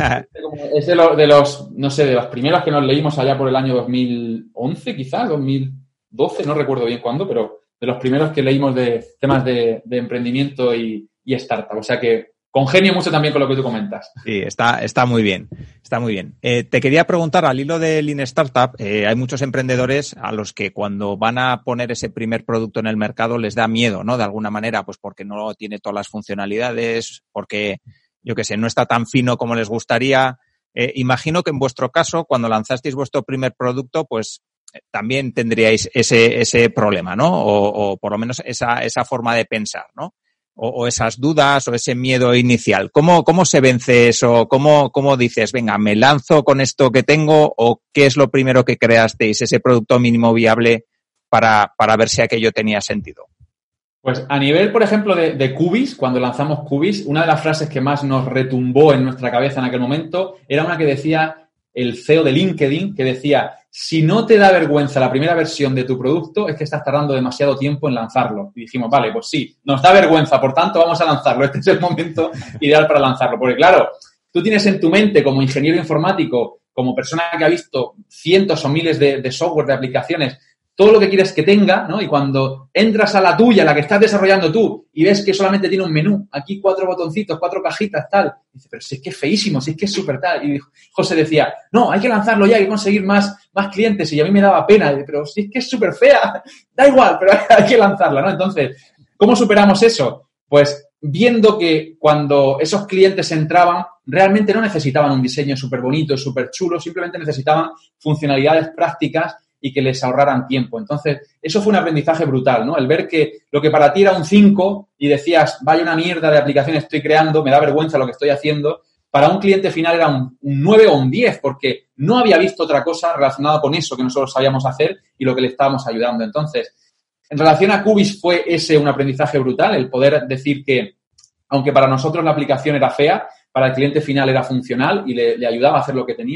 Es de los, no sé, de los primeros que nos leímos allá por el año 2011, quizás, 2012, no recuerdo bien cuándo, pero de los primeros que leímos de temas de emprendimiento y startup. O sea que congenio mucho también con lo que tú comentas. Sí, está muy bien. Está muy bien. Te quería preguntar, al hilo de Lean Startup, hay muchos emprendedores a los que cuando van a poner ese primer producto en el mercado les da miedo, ¿no? De alguna manera, pues porque no tiene todas las funcionalidades, porque, yo qué sé, no está tan fino como les gustaría. Imagino que en vuestro caso, cuando lanzasteis vuestro primer producto, pues también tendríais ese problema, ¿no? O por lo menos esa forma de pensar, ¿no? O esas dudas o ese miedo inicial. ¿Cómo se vence eso? ¿Cómo dices, venga, me lanzo con esto que tengo? ¿O qué es lo primero que creasteis, ese producto mínimo viable para ver si aquello tenía sentido? Pues a nivel, por ejemplo, de Cubis, cuando lanzamos Cubis, una de las frases que más nos retumbó en nuestra cabeza en aquel momento era una que decía el CEO de LinkedIn, que decía, si no te da vergüenza la primera versión de tu producto, es que estás tardando demasiado tiempo en lanzarlo. Y dijimos, vale, pues sí, nos da vergüenza, por tanto vamos a lanzarlo. Este es el momento ideal para lanzarlo. Porque claro, tú tienes en tu mente como ingeniero informático, como persona que ha visto cientos o miles de software, de aplicaciones, todo lo que quieres que tenga, ¿no? Y cuando entras a la tuya, la que estás desarrollando tú, y ves que solamente tiene un menú, aquí 4 botoncitos, 4 cajitas, tal. Dice, pero si es que es feísimo, si es que es súper tal. Y José decía, no, hay que lanzarlo ya, hay que conseguir más clientes. Y a mí me daba pena, pero si es que es súper fea, da igual, pero hay que lanzarla, ¿no? Entonces, ¿cómo superamos eso? Pues viendo que cuando esos clientes entraban, realmente no necesitaban un diseño súper bonito, súper chulo, simplemente necesitaban funcionalidades prácticas y que les ahorraran tiempo. Entonces, eso fue un aprendizaje brutal, ¿no? El ver que lo que para ti era un 5 y decías, vaya una mierda de aplicación estoy creando, me da vergüenza lo que estoy haciendo, para un cliente final era un 9 o un 10, porque no había visto otra cosa relacionada con eso que nosotros sabíamos hacer y lo que le estábamos ayudando. Entonces, en relación a Cubis fue ese un aprendizaje brutal, el poder decir que, aunque para nosotros la aplicación era fea, para el cliente final era funcional y le ayudaba a hacer lo que tenía.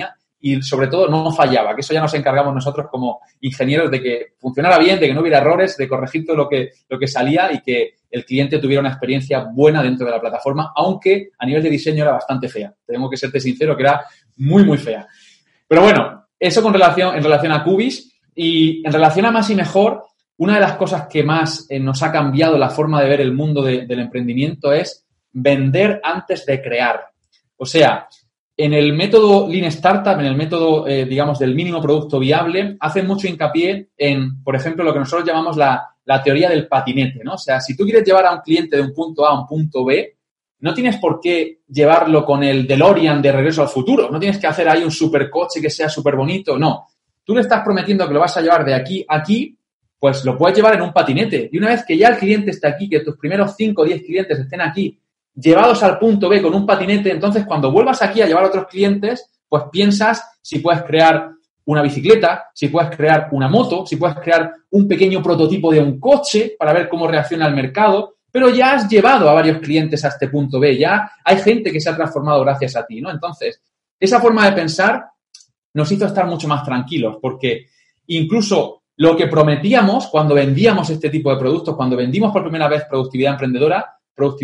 y sobre todo no fallaba, que eso ya nos encargamos nosotros como ingenieros de que funcionara bien, de que no hubiera errores, de corregir todo lo que salía y que el cliente tuviera una experiencia buena dentro de la plataforma, aunque a nivel de diseño era bastante fea. Tengo que serte sincero que era muy, muy fea. Pero bueno, eso en relación a Cubis. Y en relación a Más y Mejor, una de las cosas que más nos ha cambiado la forma de ver el mundo del emprendimiento es vender antes de crear. O sea, en el método Lean Startup, en el método, digamos, del mínimo producto viable, hacen mucho hincapié en, por ejemplo, lo que nosotros llamamos la teoría del patinete, ¿no? O sea, si tú quieres llevar a un cliente de un punto A a un punto B, no tienes por qué llevarlo con el DeLorean de Regreso al Futuro. No tienes que hacer ahí un supercoche que sea súper bonito. No. Tú le estás prometiendo que lo vas a llevar de aquí a aquí, pues lo puedes llevar en un patinete. Y una vez que ya el cliente está aquí, que tus primeros 5 o 10 clientes estén aquí, llevados al punto B con un patinete, entonces cuando vuelvas aquí a llevar a otros clientes, pues piensas si puedes crear una bicicleta, si puedes crear una moto, si puedes crear un pequeño prototipo de un coche para ver cómo reacciona el mercado, pero ya has llevado a varios clientes a este punto B, ya hay gente que se ha transformado gracias a ti, ¿no? Entonces, esa forma de pensar nos hizo estar mucho más tranquilos, porque incluso lo que prometíamos cuando vendíamos este tipo de productos, cuando vendimos por primera vez productividad emprendedora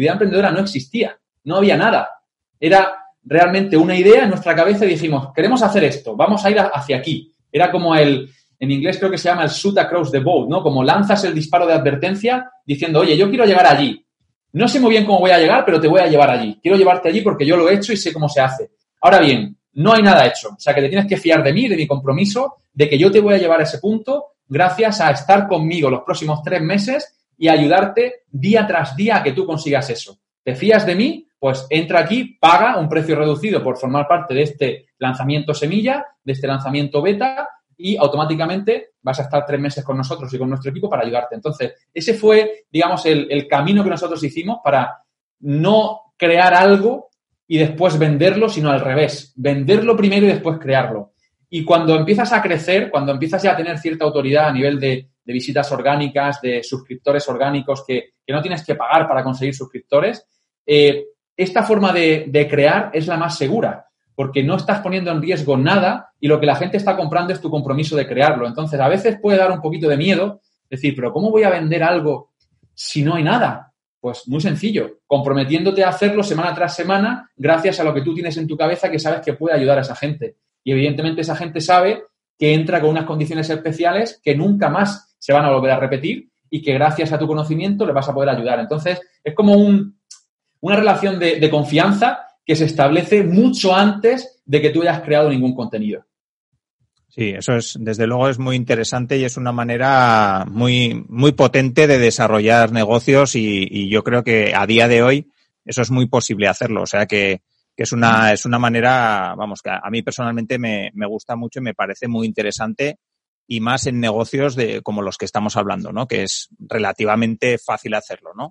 no existía, no había nada. Era realmente una idea en nuestra cabeza y dijimos, queremos hacer esto, vamos a ir hacia aquí. Era como en inglés creo que se llama el shoot across the bow, ¿no? Como lanzas el disparo de advertencia diciendo, oye, yo quiero llegar allí. No sé muy bien cómo voy a llegar, pero te voy a llevar allí. Quiero llevarte allí porque yo lo he hecho y sé cómo se hace. Ahora bien, no hay nada hecho. O sea, que te tienes que fiar de mí, de mi compromiso, de que yo te voy a llevar a ese punto gracias a estar conmigo los próximos 3 meses y ayudarte día tras día a que tú consigas eso. ¿Te fías de mí? Pues entra aquí, paga un precio reducido por formar parte de este lanzamiento semilla, de este lanzamiento beta, y automáticamente vas a estar 3 meses con nosotros y con nuestro equipo para ayudarte. Entonces, ese fue, digamos, el camino que nosotros hicimos para no crear algo y después venderlo, sino al revés. Venderlo primero y después crearlo. Y cuando empiezas a crecer, cuando empiezas ya a tener cierta autoridad a nivel de visitas orgánicas, de suscriptores orgánicos que no tienes que pagar para conseguir suscriptores, esta forma de crear es la más segura, porque no estás poniendo en riesgo nada y lo que la gente está comprando es tu compromiso de crearlo. Entonces, a veces puede dar un poquito de miedo decir, pero ¿cómo voy a vender algo si no hay nada? Pues muy sencillo, comprometiéndote a hacerlo semana tras semana gracias a lo que tú tienes en tu cabeza que sabes que puede ayudar a esa gente. Y evidentemente esa gente sabe que entra con unas condiciones especiales que nunca más se van a volver a repetir y que gracias a tu conocimiento le vas a poder ayudar. Entonces, es como una relación de confianza que se establece mucho antes de que tú hayas creado ningún contenido. Sí, eso es, desde luego es muy interesante y es una manera muy, muy potente de desarrollar negocios y yo creo que a día de hoy eso es muy posible hacerlo. O sea que es una manera, vamos, que a mí personalmente me gusta mucho y me parece muy interesante y más en negocios como los que estamos hablando, ¿no? Que es relativamente fácil hacerlo, ¿no?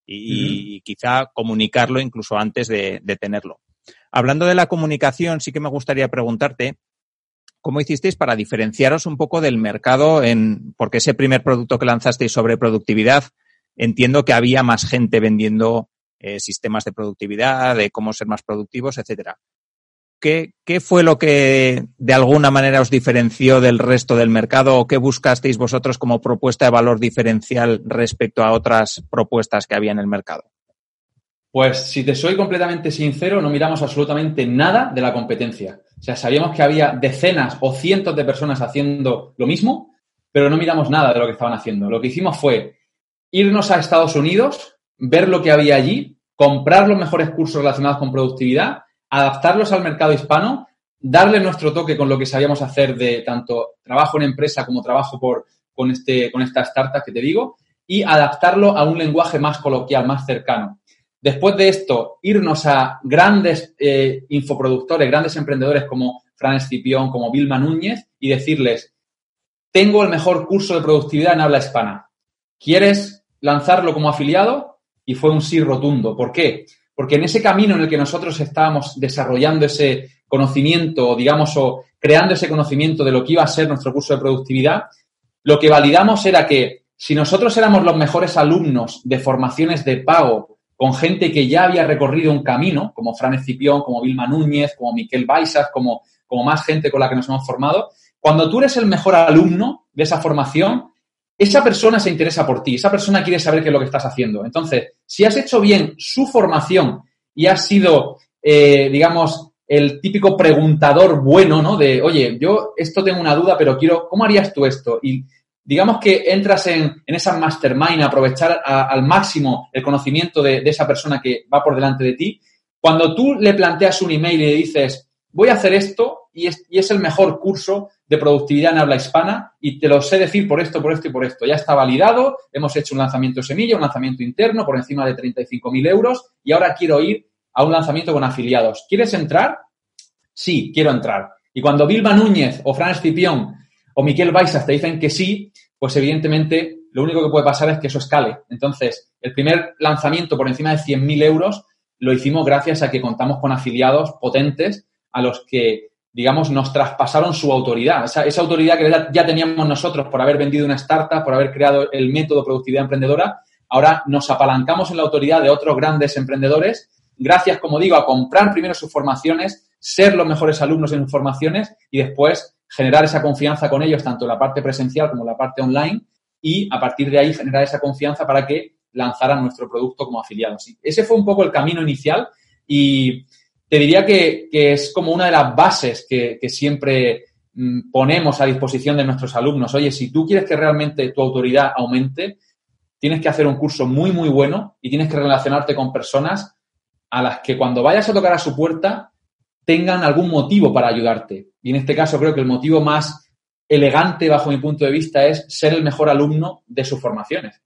Y quizá comunicarlo incluso antes de tenerlo. Hablando de la comunicación, sí que me gustaría preguntarte ¿cómo hicisteis para diferenciaros un poco del mercado? Porque ese primer producto que lanzasteis sobre productividad, entiendo que había más gente vendiendo sistemas de productividad, de cómo ser más productivos, etcétera. ¿Qué fue lo que de alguna manera os diferenció del resto del mercado o qué buscasteis vosotros como propuesta de valor diferencial respecto a otras propuestas que había en el mercado? Pues si te soy completamente sincero, no miramos absolutamente nada de la competencia. O sea, sabíamos que había decenas o cientos de personas haciendo lo mismo, pero no miramos nada de lo que estaban haciendo. Lo que hicimos fue irnos a Estados Unidos, ver lo que había allí, comprar los mejores cursos relacionados con productividad, adaptarlos al mercado hispano, darle nuestro toque con lo que sabíamos hacer de tanto trabajo en empresa como trabajo con esta startup que te digo, y adaptarlo a un lenguaje más coloquial, más cercano. Después de esto, irnos a grandes infoproductores, grandes emprendedores como Fran Escipión, como Vilma Núñez y decirles, tengo el mejor curso de productividad en habla hispana. ¿Quieres lanzarlo como afiliado? Y fue un sí rotundo. ¿Por qué? Porque en ese camino en el que nosotros estábamos desarrollando ese conocimiento, digamos, o creando ese conocimiento de lo que iba a ser nuestro curso de productividad, lo que validamos era que si nosotros éramos los mejores alumnos de formaciones de pago con gente que ya había recorrido un camino, como Fran Escipión, como Vilma Núñez, como Miquel Baixas, como como más gente con la que nos hemos formado. Cuando tú eres el mejor alumno de esa formación, esa persona se interesa por ti, esa persona quiere saber qué es lo que estás haciendo. Entonces, si has hecho bien su formación y has sido, digamos, el típico preguntador bueno, ¿no? De, oye, yo esto tengo una duda, pero quiero, ¿cómo harías tú esto? Y digamos que entras en esa mastermind, a aprovechar al máximo el conocimiento de esa persona que va por delante de ti. Cuando tú le planteas un email y le dices, voy a hacer esto y es el mejor curso de productividad en habla hispana y te lo sé decir por esto, por esto y por esto. Ya está validado, hemos hecho un lanzamiento semilla, un lanzamiento interno por encima de 35.000 euros y ahora quiero ir a un lanzamiento con afiliados. ¿Quieres entrar? Sí, quiero entrar. Y cuando Vilma Núñez o Fran Escipión o Miquel Baixas te dicen que sí, pues evidentemente lo único que puede pasar es que eso escale. Entonces, el primer lanzamiento por encima de 100.000 euros lo hicimos gracias a que contamos con afiliados potentes a los que, digamos, nos traspasaron su autoridad. Esa autoridad que ya teníamos nosotros por haber vendido una startup, por haber creado el método productividad emprendedora, ahora nos apalancamos en la autoridad de otros grandes emprendedores gracias, como digo, a comprar primero sus formaciones, ser los mejores alumnos en sus formaciones y después generar esa confianza con ellos, tanto en la parte presencial como en la parte online, y a partir de ahí generar esa confianza para que lanzaran nuestro producto como afiliados. Y ese fue un poco el camino inicial y te diría que es como una de las bases que siempre ponemos a disposición de nuestros alumnos. Oye, si tú quieres que realmente tu autoridad aumente, tienes que hacer un curso muy, muy bueno y tienes que relacionarte con personas a las que cuando vayas a tocar a su puerta tengan algún motivo para ayudarte. Y en este caso creo que el motivo más elegante, bajo mi punto de vista, es ser el mejor alumno de sus formaciones.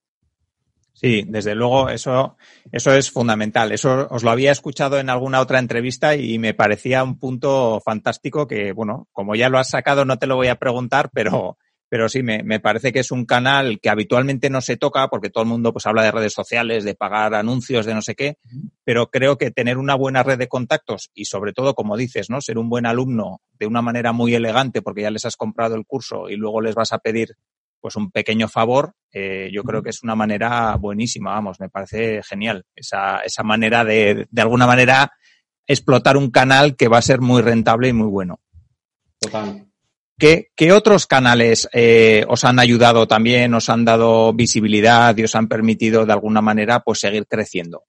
Sí, desde luego, eso es fundamental. Eso os lo había escuchado en alguna otra entrevista y me parecía un punto fantástico que, bueno, como ya lo has sacado, no te lo voy a preguntar, pero sí, me parece que es un canal que habitualmente no se toca porque todo el mundo pues habla de redes sociales, de pagar anuncios, de no sé qué, pero creo que tener una buena red de contactos y sobre todo, como dices, ¿no? Ser un buen alumno de una manera muy elegante porque ya les has comprado el curso y luego les vas a pedir pues un pequeño favor, yo creo que es una manera buenísima, vamos, me parece genial esa manera de alguna manera explotar un canal que va a ser muy rentable y muy bueno. Total. ¿Qué otros canales os han ayudado también, os han dado visibilidad y os han permitido de alguna manera pues seguir creciendo?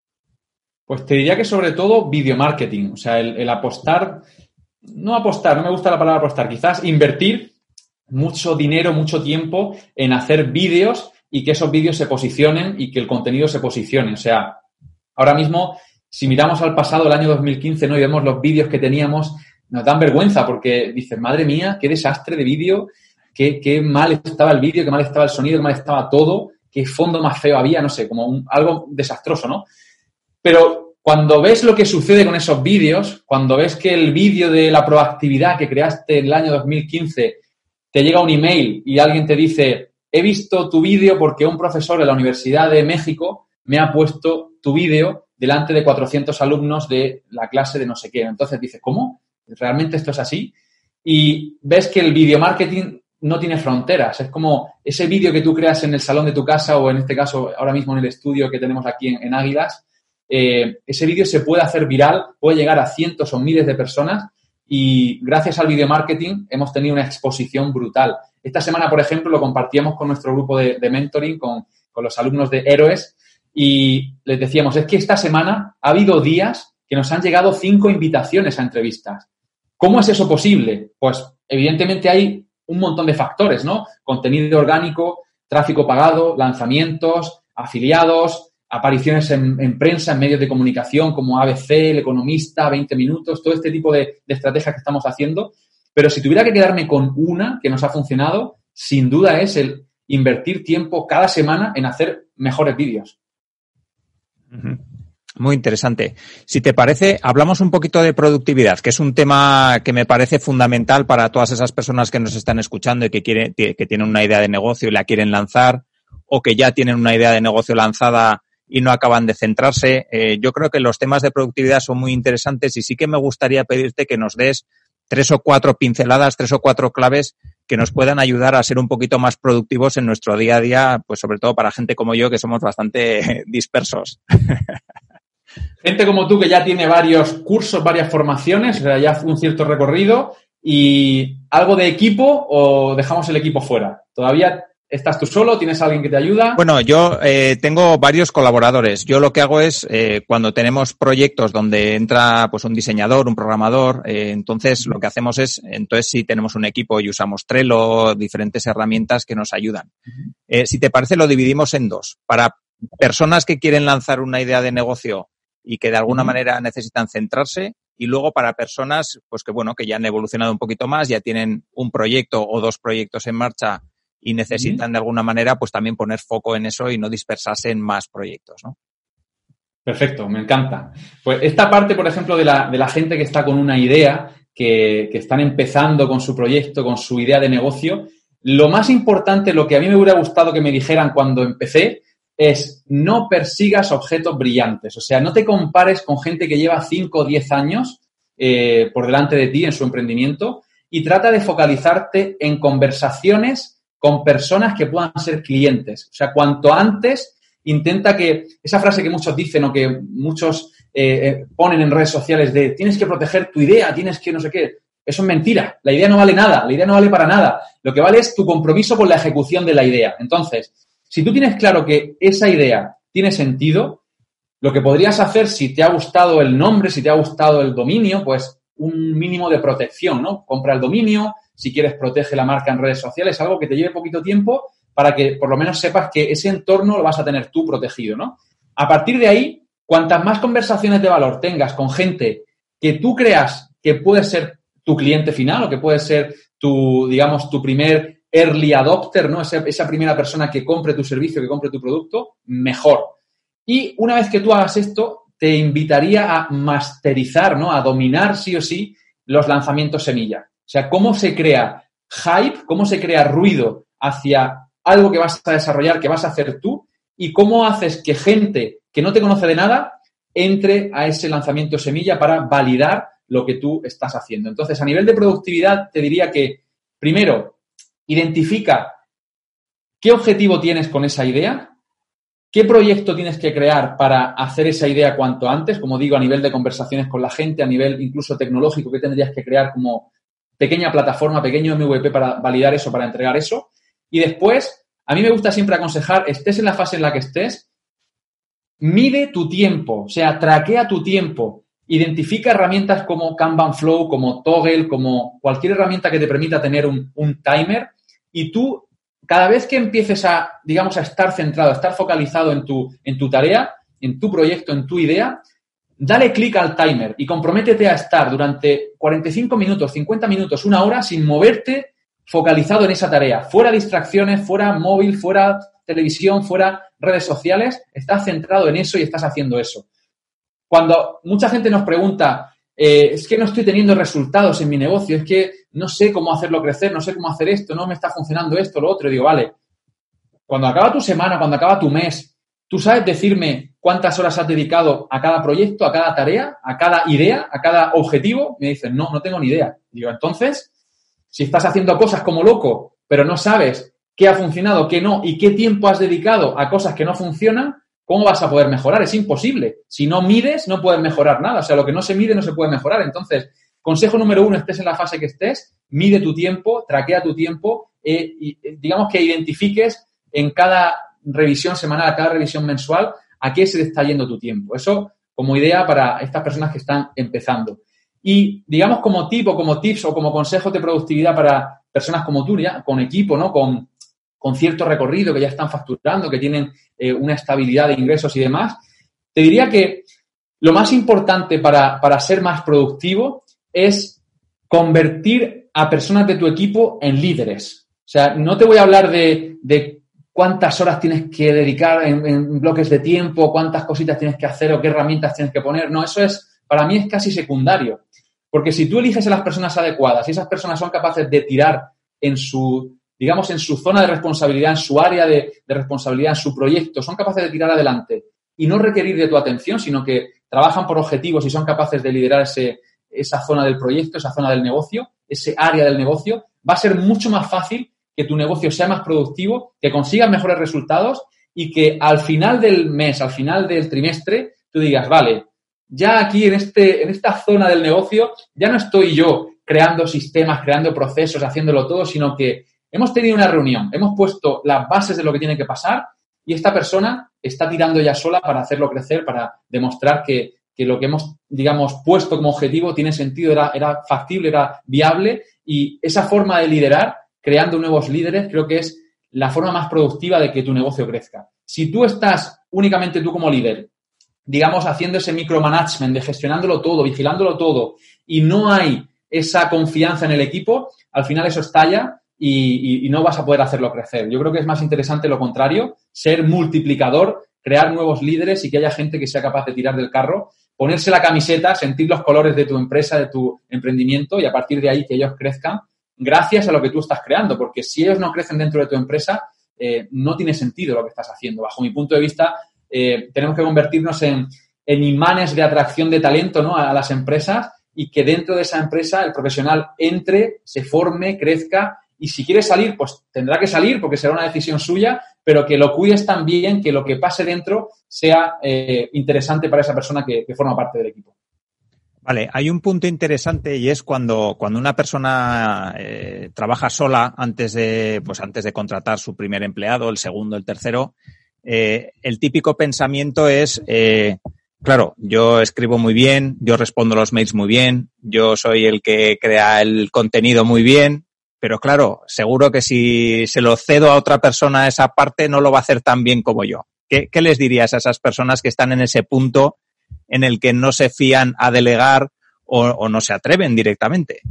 Pues te diría que sobre todo video marketing, o sea, el apostar, no me gusta la palabra apostar, quizás invertir mucho dinero, mucho tiempo en hacer vídeos y que esos vídeos se posicionen y que el contenido se posicione. O sea, ahora mismo, si miramos al pasado, el año 2015, ¿no? Y vemos los vídeos que teníamos, nos dan vergüenza porque dices, madre mía, qué desastre de vídeo, qué mal estaba el vídeo, qué mal estaba el sonido, qué mal estaba todo, qué fondo más feo había, no sé, como algo desastroso, ¿no? Pero cuando ves lo que sucede con esos vídeos, cuando ves que el vídeo de la proactividad que creaste en el año 2015 te llega un email y alguien te dice, he visto tu vídeo porque un profesor de la Universidad de México me ha puesto tu vídeo delante de 400 alumnos de la clase de no sé qué. Entonces dices, ¿cómo? ¿Realmente esto es así? Y ves que el video marketing no tiene fronteras. Es como ese vídeo que tú creas en el salón de tu casa o en este caso ahora mismo en el estudio que tenemos aquí en Águilas. Ese vídeo se puede hacer viral, puede llegar a cientos o miles de personas y gracias al video marketing hemos tenido una exposición brutal. Esta semana, por ejemplo, lo compartíamos con nuestro grupo de mentoring, con los alumnos de Héroes y les decíamos, es que esta semana ha habido días que nos han llegado 5 invitaciones a entrevistas. ¿Cómo es eso posible? Pues evidentemente hay un montón de factores, ¿no? Contenido orgánico, tráfico pagado, lanzamientos, afiliados, apariciones en prensa, en medios de comunicación como ABC, El Economista, 20 Minutos, todo este tipo de estrategias que estamos haciendo. Pero si tuviera que quedarme con una que nos ha funcionado, sin duda es el invertir tiempo cada semana en hacer mejores vídeos. Muy interesante. Si te parece, hablamos un poquito de productividad, que es un tema que me parece fundamental para todas esas personas que nos están escuchando y que tienen una idea de negocio y la quieren lanzar o que ya tienen una idea de negocio lanzada y no acaban de centrarse. Yo creo que los temas de productividad son muy interesantes y sí que me gustaría pedirte que nos des 3 o 4 pinceladas, 3 o 4 claves que nos puedan ayudar a ser un poquito más productivos en nuestro día a día, pues sobre todo para gente como yo que somos bastante dispersos. Gente como tú que ya tiene varios cursos, varias formaciones, o sea, ya un cierto recorrido, y algo de equipo o dejamos el equipo fuera. ¿Todavía estás tú solo? ¿Tienes alguien que te ayuda? Bueno, yo tengo varios colaboradores. Yo lo que hago es, cuando tenemos proyectos donde entra pues un diseñador, un programador, entonces lo que hacemos es, entonces sí tenemos un equipo y usamos Trello, diferentes herramientas que nos ayudan. Si te parece, lo dividimos en dos. Para personas que quieren lanzar una idea de negocio y que de alguna manera necesitan centrarse, y luego para personas pues que bueno, que ya han evolucionado un poquito más, ya tienen un proyecto o dos proyectos en marcha y necesitan de alguna manera pues también poner foco en eso y no dispersarse en más proyectos, ¿no? Perfecto, me encanta. Pues esta parte, por ejemplo, de la gente que está con una idea, que están empezando con su proyecto, con su idea de negocio, lo más importante, lo que a mí me hubiera gustado que me dijeran cuando empecé, es no persigas objetos brillantes. O sea, no te compares con gente que lleva 5 o 10 años por delante de ti en su emprendimiento y trata de focalizarte en conversaciones con personas que puedan ser clientes. O sea, cuanto antes intenta que esa frase que muchos dicen o que muchos ponen en redes sociales de tienes que proteger tu idea, tienes que no sé qué. Eso es mentira. La idea no vale nada. La idea no vale para nada. Lo que vale es tu compromiso con la ejecución de la idea. Entonces, si tú tienes claro que esa idea tiene sentido, lo que podrías hacer, si te ha gustado el nombre, si te ha gustado el dominio, pues un mínimo de protección, ¿no? Compra el dominio, si quieres protege la marca en redes sociales, algo que te lleve poquito tiempo para que por lo menos sepas que ese entorno lo vas a tener tú protegido, ¿no? A partir de ahí, cuantas más conversaciones de valor tengas con gente que tú creas que puede ser tu cliente final o que puede ser tu, digamos, tu primer early adopter, ¿no? Esa primera persona que compre tu servicio, que compre tu producto, mejor. Y una vez que tú hagas esto, te invitaría a masterizar, ¿no? A dominar sí o sí los lanzamientos semilla. O sea, cómo se crea hype, cómo se crea ruido hacia algo que vas a desarrollar, que vas a hacer tú, y cómo haces que gente que no te conoce de nada entre a ese lanzamiento semilla para validar lo que tú estás haciendo. Entonces, a nivel de productividad, te diría que, primero, identifica qué objetivo tienes con esa idea, qué proyecto tienes que crear para hacer esa idea cuanto antes, como digo, a nivel de conversaciones con la gente, a nivel incluso tecnológico, qué tendrías que crear como pequeña plataforma, pequeño MVP para validar eso, para entregar eso. Y después, a mí me gusta siempre aconsejar, estés en la fase en la que estés, mide tu tiempo, o sea, traquea tu tiempo. Identifica herramientas como Kanban Flow, como Toggle, como cualquier herramienta que te permita tener un timer y tú, cada vez que empieces a, digamos, a estar centrado, a estar focalizado en tu tarea, en tu proyecto, en tu idea, dale clic al timer y comprométete a estar durante 45 minutos, 50 minutos, una hora sin moverte, focalizado en esa tarea. Fuera distracciones, fuera móvil, fuera televisión, fuera redes sociales, estás centrado en eso y estás haciendo eso. Cuando mucha gente nos pregunta, es que no estoy teniendo resultados en mi negocio, es que no sé cómo hacerlo crecer, no sé cómo hacer esto, no me está funcionando esto, lo otro. Y digo, vale, cuando acaba tu semana, cuando acaba tu mes, ¿tú sabes decirme cuántas horas has dedicado a cada proyecto, a cada tarea, a cada idea, a cada objetivo? Me dicen, no tengo ni idea. Digo, entonces, si estás haciendo cosas como loco, pero no sabes qué ha funcionado, qué no, y qué tiempo has dedicado a cosas que no funcionan, ¿cómo vas a poder mejorar? Es imposible. Si no mides, no puedes mejorar nada. O sea, lo que no se mide no se puede mejorar. Entonces, consejo número 1, estés en la fase que estés, mide tu tiempo, traquea tu tiempo y digamos que identifiques en cada revisión semanal, cada revisión mensual, a qué se te está yendo tu tiempo. Eso como idea para estas personas que están empezando. Y digamos como tip o como tips o como consejos de productividad para personas como tú, ya, con equipo, ¿no? Con cierto recorrido, que ya están facturando, que tienen una estabilidad de ingresos y demás, te diría que lo más importante para ser más productivo es convertir a personas de tu equipo en líderes. O sea, no te voy a hablar de cuántas horas tienes que dedicar en bloques de tiempo, cuántas cositas tienes que hacer o qué herramientas tienes que poner. No, eso es, para mí es casi secundario. Porque si tú eliges a las personas adecuadas y esas personas son capaces de tirar en su zona de responsabilidad, en su área de responsabilidad, en su proyecto, son capaces de tirar adelante y no requerir de tu atención, sino que trabajan por objetivos y son capaces de liderar esa zona del proyecto, esa zona del negocio, ese área del negocio, va a ser mucho más fácil que tu negocio sea más productivo, que consigas mejores resultados y que al final del mes, al final del trimestre, tú digas, vale, ya aquí en esta zona del negocio ya no estoy yo creando sistemas, creando procesos, haciéndolo todo, sino que hemos tenido una reunión, hemos puesto las bases de lo que tiene que pasar y esta persona está tirando ya sola para hacerlo crecer, para demostrar que lo que hemos, digamos, puesto como objetivo tiene sentido, era factible, era viable, y esa forma de liderar, creando nuevos líderes, creo que es la forma más productiva de que tu negocio crezca. Si tú estás únicamente tú como líder, digamos, haciendo ese micromanagement, de gestionándolo todo, vigilándolo todo, y no hay esa confianza en el equipo, al final eso estalla y no vas a poder hacerlo crecer. Yo creo que es más interesante lo contrario, ser multiplicador, crear nuevos líderes y que haya gente que sea capaz de tirar del carro, ponerse la camiseta, sentir los colores de tu empresa, de tu emprendimiento y a partir de ahí que ellos crezcan gracias a lo que tú estás creando, porque si ellos no crecen dentro de tu empresa, no tiene sentido lo que estás haciendo. Bajo mi punto de vista, tenemos que convertirnos en imanes de atracción de talento, ¿no?, a las empresas, y que dentro de esa empresa el profesional entre, se forme, crezca, y si quiere salir, pues tendrá que salir porque será una decisión suya, pero que lo cuides también, que lo que pase dentro sea interesante para esa persona que forma parte del equipo. Vale, hay un punto interesante y es cuando una persona trabaja sola antes de contratar su primer empleado, el segundo, el tercero, el típico pensamiento es, claro, yo escribo muy bien, yo respondo los mails muy bien, yo soy el que crea el contenido muy bien, pero claro, seguro que si se lo cedo a otra persona esa parte no lo va a hacer tan bien como yo. ¿Qué les dirías a esas personas que están en ese punto en el que no se fían a delegar o no se atreven directamente?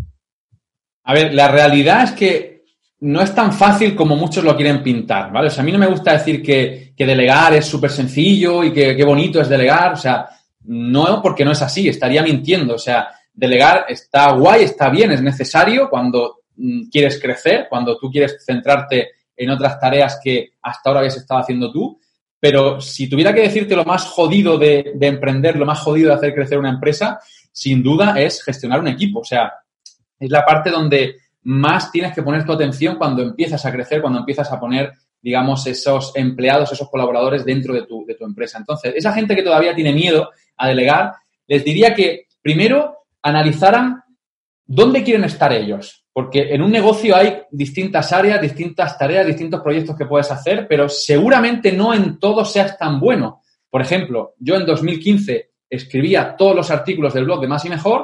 A ver, la realidad es que no es tan fácil como muchos lo quieren pintar, ¿vale? O sea, a mí no me gusta decir que delegar es súper sencillo y que qué bonito es delegar. O sea, no, porque no es así, estaría mintiendo. O sea, delegar está guay, está bien, es necesario cuando quieres crecer, cuando tú quieres centrarte en otras tareas que hasta ahora habías estado haciendo tú. Pero si tuviera que decirte lo más jodido de emprender, lo más jodido de hacer crecer una empresa, sin duda es gestionar un equipo. O sea, es la parte donde más tienes que poner tu atención cuando empiezas a crecer, cuando empiezas a poner, digamos, esos empleados, esos colaboradores dentro de tu empresa. Entonces, esa gente que todavía tiene miedo a delegar, les diría que primero analizaran dónde quieren estar ellos. Porque en un negocio hay distintas áreas, distintas tareas, distintos proyectos que puedes hacer, pero seguramente no en todos seas tan bueno. Por ejemplo, yo en 2015 escribía todos los artículos del blog de Más y Mejor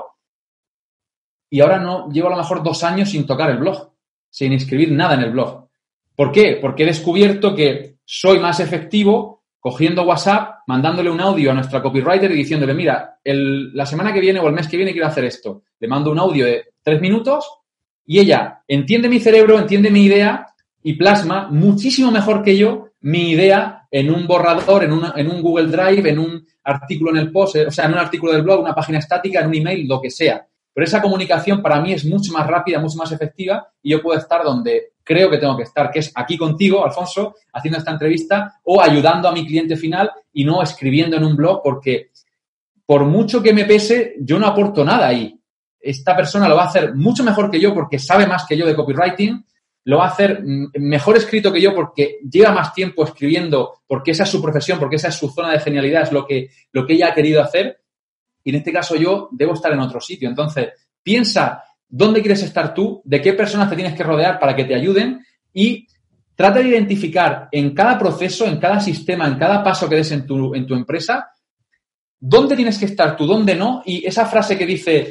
y ahora no llevo a lo mejor 2 años sin tocar el blog, sin escribir nada en el blog. ¿Por qué? Porque he descubierto que soy más efectivo cogiendo WhatsApp, mandándole un audio a nuestra copywriter y diciéndole, mira, la semana que viene o el mes que viene quiero hacer esto. Le mando un audio de 3 minutos y ella entiende mi cerebro, entiende mi idea y plasma muchísimo mejor que yo mi idea en un borrador, en un Google Drive, en un artículo en el post, o sea, en un artículo del blog, una página estática, en un email, lo que sea. Pero esa comunicación para mí es mucho más rápida, mucho más efectiva y yo puedo estar donde creo que tengo que estar, que es aquí contigo, Alfonso, haciendo esta entrevista o ayudando a mi cliente final y no escribiendo en un blog porque por mucho que me pese, yo no aporto nada ahí. Esta persona lo va a hacer mucho mejor que yo porque sabe más que yo de copywriting, lo va a hacer mejor escrito que yo porque lleva más tiempo escribiendo, porque esa es su profesión, porque esa es su zona de genialidad, es lo que ella ha querido hacer. Y en este caso yo debo estar en otro sitio. Entonces, piensa dónde quieres estar tú, de qué personas te tienes que rodear para que te ayuden y trata de identificar en cada proceso, en cada sistema, en cada paso que des en tu empresa, dónde tienes que estar tú, dónde no. Y esa frase que dice,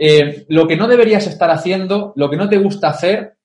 lo que no deberías estar haciendo, lo que no te gusta hacer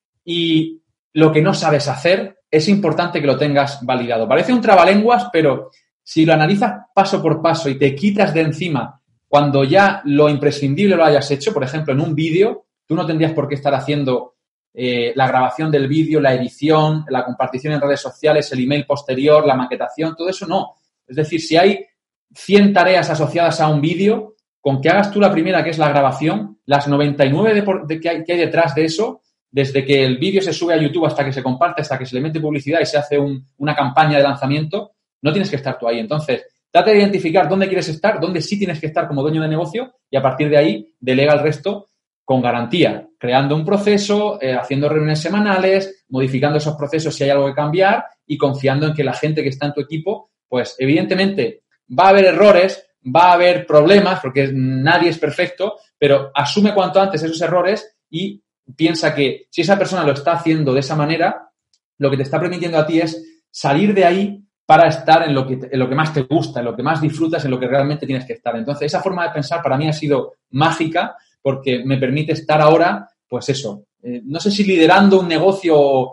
y lo que no sabes hacer, es importante que lo tengas validado. Parece un trabalenguas, pero si lo analizas paso por paso y te quitas de encima cuando ya lo imprescindible lo hayas hecho, por ejemplo, en un vídeo, tú no tendrías por qué estar haciendo la grabación del vídeo, la edición, la compartición en redes sociales, el email posterior, la maquetación, todo eso no. Es decir, si hay 100 tareas asociadas a un vídeo, con que hagas tú la primera, que es la grabación, las 99 que hay detrás de eso, desde que el vídeo se sube a YouTube hasta que se comparte, hasta que se le mete publicidad y se hace una campaña de lanzamiento, no tienes que estar tú ahí. Entonces, trata de identificar dónde quieres estar, dónde sí tienes que estar como dueño de negocio y a partir de ahí delega el resto con garantía, creando un proceso, haciendo reuniones semanales, modificando esos procesos si hay algo que cambiar y confiando en que la gente que está en tu equipo, pues evidentemente va a haber errores, va a haber problemas porque nadie es perfecto, pero asume cuanto antes esos errores y piensa que si esa persona lo está haciendo de esa manera, lo que te está permitiendo a ti es salir de ahí para estar en lo que más te gusta, en lo que más disfrutas, en lo que realmente tienes que estar. Entonces, esa forma de pensar para mí ha sido mágica porque me permite estar ahora, pues eso, no sé si liderando un negocio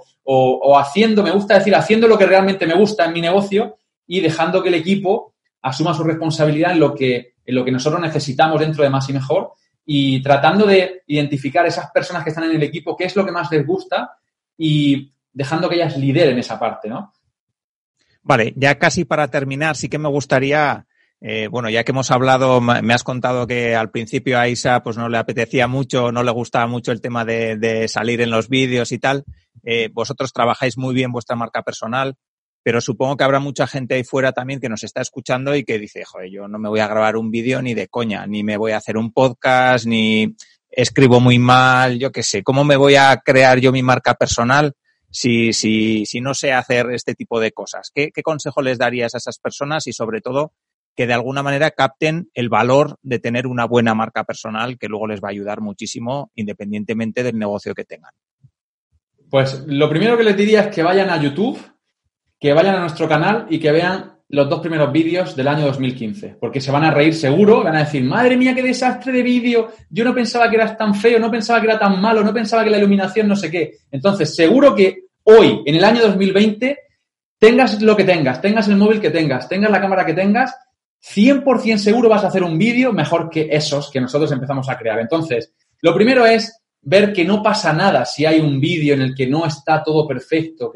o haciendo, me gusta decir, haciendo lo que realmente me gusta en mi negocio y dejando que el equipo asuma su responsabilidad en lo que nosotros necesitamos dentro de Más y Mejor y tratando de identificar esas personas que están en el equipo, qué es lo que más les gusta y dejando que ellas lideren esa parte, ¿no? Vale, ya casi para terminar, sí que me gustaría, ya que hemos hablado, me has contado que al principio a Isa pues no le apetecía mucho, no le gustaba mucho el tema de salir en los vídeos y tal. Vosotros trabajáis muy bien vuestra marca personal, pero supongo que habrá mucha gente ahí fuera también que nos está escuchando y que dice, joder, yo no me voy a grabar un vídeo ni de coña, ni me voy a hacer un podcast, ni escribo muy mal, yo qué sé, ¿cómo me voy a crear yo mi marca personal si no sé hacer este tipo de cosas? ¿Qué consejo les darías a esas personas y sobre todo que de alguna manera capten el valor de tener una buena marca personal que luego les va a ayudar muchísimo independientemente del negocio que tengan? Pues lo primero que les diría es que vayan a YouTube, que vayan a nuestro canal y que vean los 2 primeros vídeos del año 2015, porque se van a reír seguro, van a decir, madre mía, qué desastre de vídeo, yo no pensaba que eras tan feo, no pensaba que era tan malo, no pensaba que la iluminación no sé qué. Entonces, seguro que hoy, en el año 2020, tengas lo que tengas el móvil que tengas la cámara que tengas, 100% seguro vas a hacer un vídeo mejor que esos que nosotros empezamos a crear. Entonces, lo primero es ver que no pasa nada si hay un vídeo en el que no está todo perfecto,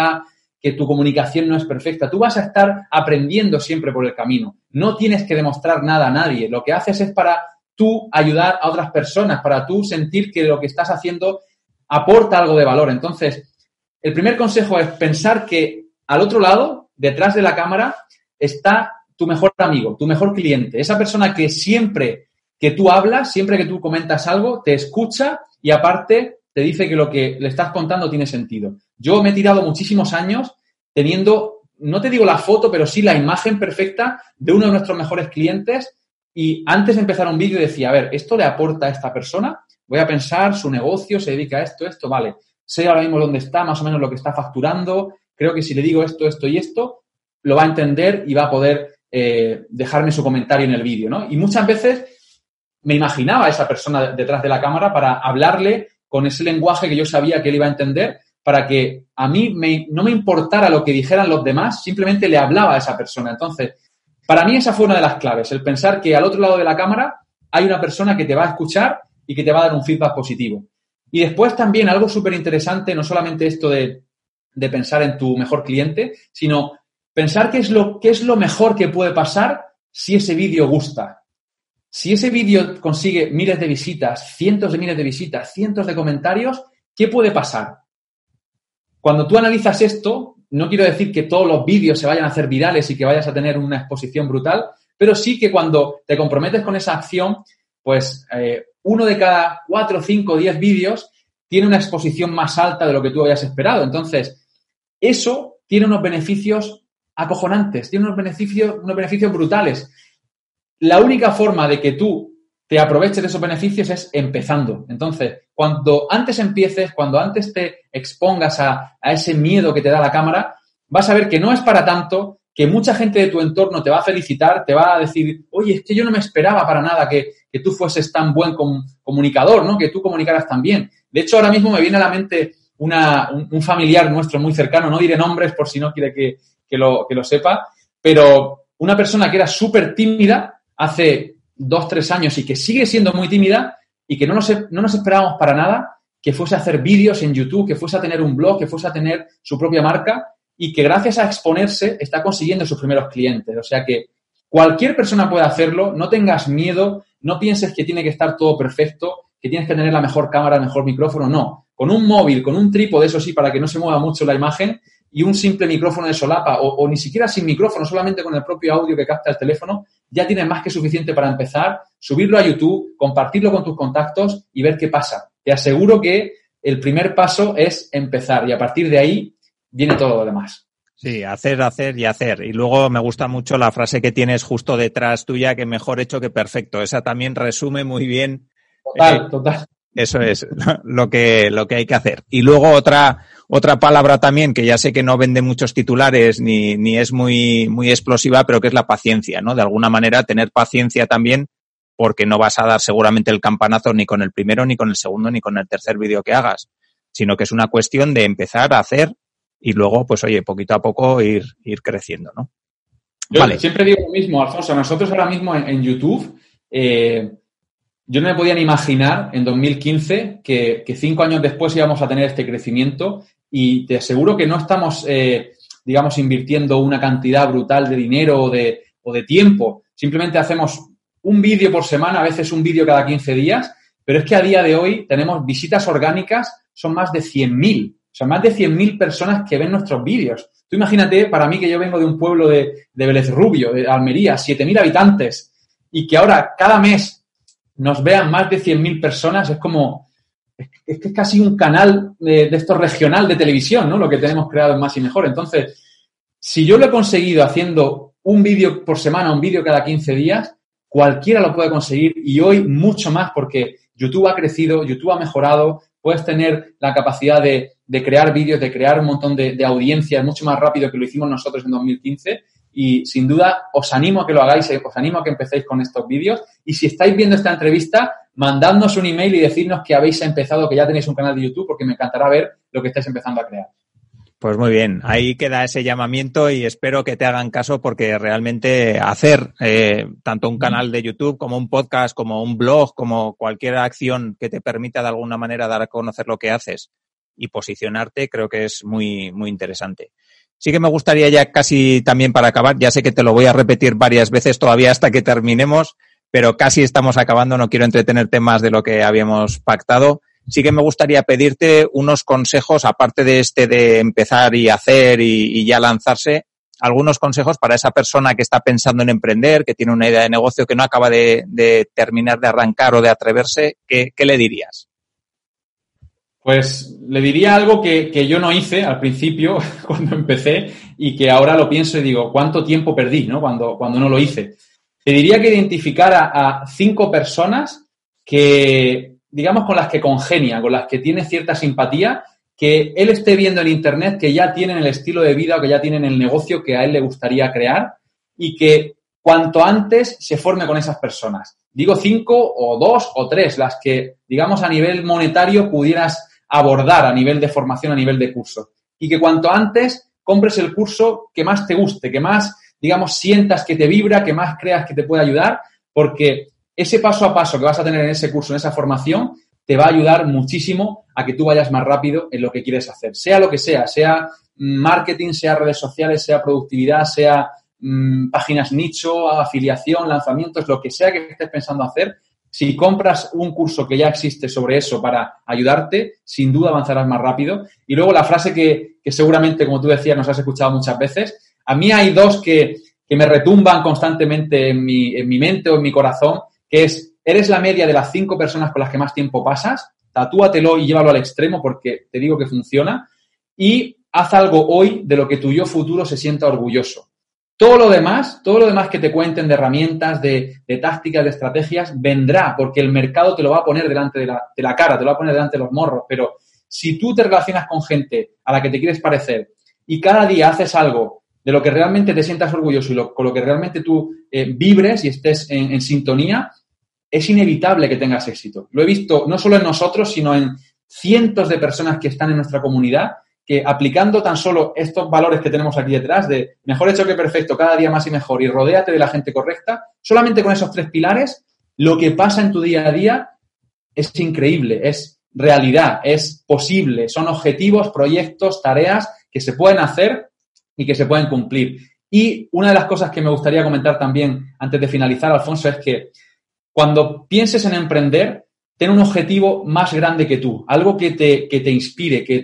que tu comunicación no es perfecta. Tú vas a estar aprendiendo siempre por el camino. No tienes que demostrar nada a nadie. Lo que haces es para tú ayudar a otras personas, para tú sentir que lo que estás haciendo aporta algo de valor. Entonces, el primer consejo es pensar que al otro lado, detrás de la cámara, está tu mejor amigo, tu mejor cliente. Esa persona que siempre que tú hablas, siempre que tú comentas algo, te escucha y aparte te dice que lo que le estás contando tiene sentido. Yo me he tirado muchísimos años teniendo, no te digo la foto, pero sí la imagen perfecta de uno de nuestros mejores clientes y antes de empezar un vídeo decía, a ver, ¿esto le aporta a esta persona? Voy a pensar, su negocio se dedica a esto, vale. Sé ahora mismo dónde está, más o menos lo que está facturando. Creo que si le digo esto y esto, lo va a entender y va a poder dejarme su comentario en el vídeo, ¿no? Y muchas veces me imaginaba a esa persona detrás de la cámara para hablarle con ese lenguaje que yo sabía que él iba a entender, para que a mí no me importara lo que dijeran los demás, simplemente le hablaba a esa persona. Entonces, para mí esa fue una de las claves, el pensar que al otro lado de la cámara hay una persona que te va a escuchar y que te va a dar un feedback positivo. Y después también algo súper interesante, no solamente esto de pensar en tu mejor cliente, sino pensar qué es lo mejor que puede pasar si ese vídeo gusta. Si ese vídeo consigue miles de visitas, cientos de miles de visitas, cientos de comentarios, ¿qué puede pasar? Cuando tú analizas esto, no quiero decir que todos los vídeos se vayan a hacer virales y que vayas a tener una exposición brutal, pero sí que cuando te comprometes con esa acción, pues uno de cada 4, 5, 10 vídeos tiene una exposición más alta de lo que tú habías esperado. Entonces, eso tiene unos beneficios acojonantes, tiene unos beneficios brutales. La única forma de que tú te aproveches de esos beneficios es empezando. Entonces, cuando antes empieces, cuando antes te expongas a ese miedo que te da la cámara, vas a ver que no es para tanto, que mucha gente de tu entorno te va a felicitar, te va a decir, oye, es que yo no me esperaba para nada que tú fueses tan buen comunicador, ¿no? Que tú comunicaras tan bien. De hecho, ahora mismo me viene a la mente un familiar nuestro muy cercano, no diré nombres por si no quiere que lo sepa, pero una persona que era súper tímida hace 2, 3 años y que sigue siendo muy tímida y que no nos esperábamos para nada que fuese a hacer vídeos en YouTube, que fuese a tener un blog, que fuese a tener su propia marca y que gracias a exponerse está consiguiendo sus primeros clientes. O sea que cualquier persona puede hacerlo, no tengas miedo, no pienses que tiene que estar todo perfecto, que tienes que tener la mejor cámara, el mejor micrófono, no. Con un móvil, con un trípode, eso sí, para que no se mueva mucho la imagen y un simple micrófono de solapa o ni siquiera sin micrófono, solamente con el propio audio que capta el teléfono, ya tienes más que suficiente para empezar, subirlo a YouTube, compartirlo con tus contactos y ver qué pasa. Te aseguro que el primer paso es empezar y a partir de ahí viene todo lo demás. Sí, hacer y hacer. Y luego me gusta mucho la frase que tienes justo detrás tuya, que mejor hecho que perfecto. Esa también resume muy bien. Total. Eso es lo que hay que hacer. Y luego otra palabra también, que ya sé que no vende muchos titulares ni es muy explosiva, pero que es la paciencia, ¿no? De alguna manera tener paciencia también, porque no vas a dar seguramente el campanazo ni con el primero, ni con el segundo, ni con el tercer vídeo que hagas, sino que es una cuestión de empezar a hacer y luego, pues oye, poquito a poco ir creciendo, ¿no? Yo vale. Siempre digo lo mismo, Alfonso. Nosotros ahora mismo en YouTube, yo no me podía ni imaginar en 2015 que 5 años después íbamos a tener este crecimiento, y te aseguro que no estamos, digamos, invirtiendo una cantidad brutal de dinero o de tiempo. Simplemente hacemos un vídeo por semana, a veces un vídeo cada 15 días, pero es que a día de hoy tenemos visitas orgánicas, son más de 100.000. O sea, más de 100.000 personas que ven nuestros vídeos. Tú imagínate, para mí, que yo vengo de un pueblo de Vélez Rubio, de Almería, 7.000 habitantes, y que ahora cada mes nos vean más de 100.000 personas, es como, es que es casi un canal de esto regional de televisión, ¿no? Lo que tenemos creado en Más y Mejor. Entonces, si yo lo he conseguido haciendo un vídeo por semana, un vídeo cada 15 días, cualquiera lo puede conseguir, y hoy mucho más, porque YouTube ha crecido, YouTube ha mejorado, puedes tener la capacidad de crear vídeos, de crear un montón de audiencias mucho más rápido que lo hicimos nosotros en 2015. Y sin duda os animo a que lo hagáis, os animo a que empecéis con estos vídeos. Y si estáis viendo esta entrevista, mandadnos un email y decirnos que habéis empezado, que ya tenéis un canal de YouTube, porque me encantará ver lo que estáis empezando a crear. Pues muy bien, ahí queda ese llamamiento y espero que te hagan caso, porque realmente hacer tanto un canal de YouTube como un podcast, como un blog, como cualquier acción que te permita de alguna manera dar a conocer lo que haces y posicionarte, creo que es muy, muy interesante. Sí que me gustaría ya casi también para acabar, ya sé que te lo voy a repetir varias veces todavía hasta que terminemos, pero casi estamos acabando, no quiero entretenerte más de lo que habíamos pactado. Sí que me gustaría pedirte unos consejos, aparte de de empezar y hacer y ya lanzarse, algunos consejos para esa persona que está pensando en emprender, que tiene una idea de negocio que no acaba de terminar de arrancar o de atreverse. ¿Qué le dirías? Pues le diría algo que yo no hice al principio cuando empecé, y que ahora lo pienso y digo, ¿cuánto tiempo perdí, ¿no? Cuando no lo hice. Le diría que identificara a 5 personas que, digamos, con las que congenia, con las que tiene cierta simpatía, que él esté viendo en Internet, que ya tienen el estilo de vida o que ya tienen el negocio que a él le gustaría crear, y que cuanto antes se forme con esas personas. Digo 5 o 2 o 3, las que, digamos, a nivel monetario pudieras abordar a nivel de formación, a nivel de curso. Y que cuanto antes compres el curso que más te guste, que más, digamos, sientas que te vibra, que más creas que te puede ayudar, porque ese paso a paso que vas a tener en ese curso, en esa formación, te va a ayudar muchísimo a que tú vayas más rápido en lo que quieres hacer. Sea lo que sea marketing, sea redes sociales, sea productividad, sea páginas nicho, afiliación, lanzamientos, lo que sea que estés pensando hacer. Si compras un curso que ya existe sobre eso para ayudarte, sin duda avanzarás más rápido. Y luego la frase que seguramente, como tú decías, nos has escuchado muchas veces. A mí hay 2 que me retumban constantemente en mi mente o en mi corazón, que es: eres la media de las 5 personas con las que más tiempo pasas. Tatúatelo y llévalo al extremo, porque te digo que funciona. Y haz algo hoy de lo que tu yo futuro se sienta orgulloso. Todo lo demás que te cuenten de herramientas, de tácticas, de estrategias, vendrá, porque el mercado te lo va a poner delante de la cara, te lo va a poner delante de los morros. Pero si tú te relacionas con gente a la que te quieres parecer y cada día haces algo de lo que realmente te sientas orgulloso y con lo que realmente tú vibres y estés en sintonía, es inevitable que tengas éxito. Lo he visto no solo en nosotros, sino en cientos de personas que están en nuestra comunidad, que aplicando tan solo estos valores que tenemos aquí detrás, de mejor hecho que perfecto, cada día más y mejor, y rodéate de la gente correcta, solamente con esos 3 pilares, lo que pasa en tu día a día es increíble, es realidad, es posible, son objetivos, proyectos, tareas que se pueden hacer y que se pueden cumplir. Y una de las cosas que me gustaría comentar también antes de finalizar, Alfonso, es que cuando pienses en emprender, ten un objetivo más grande que tú, algo que te inspire, que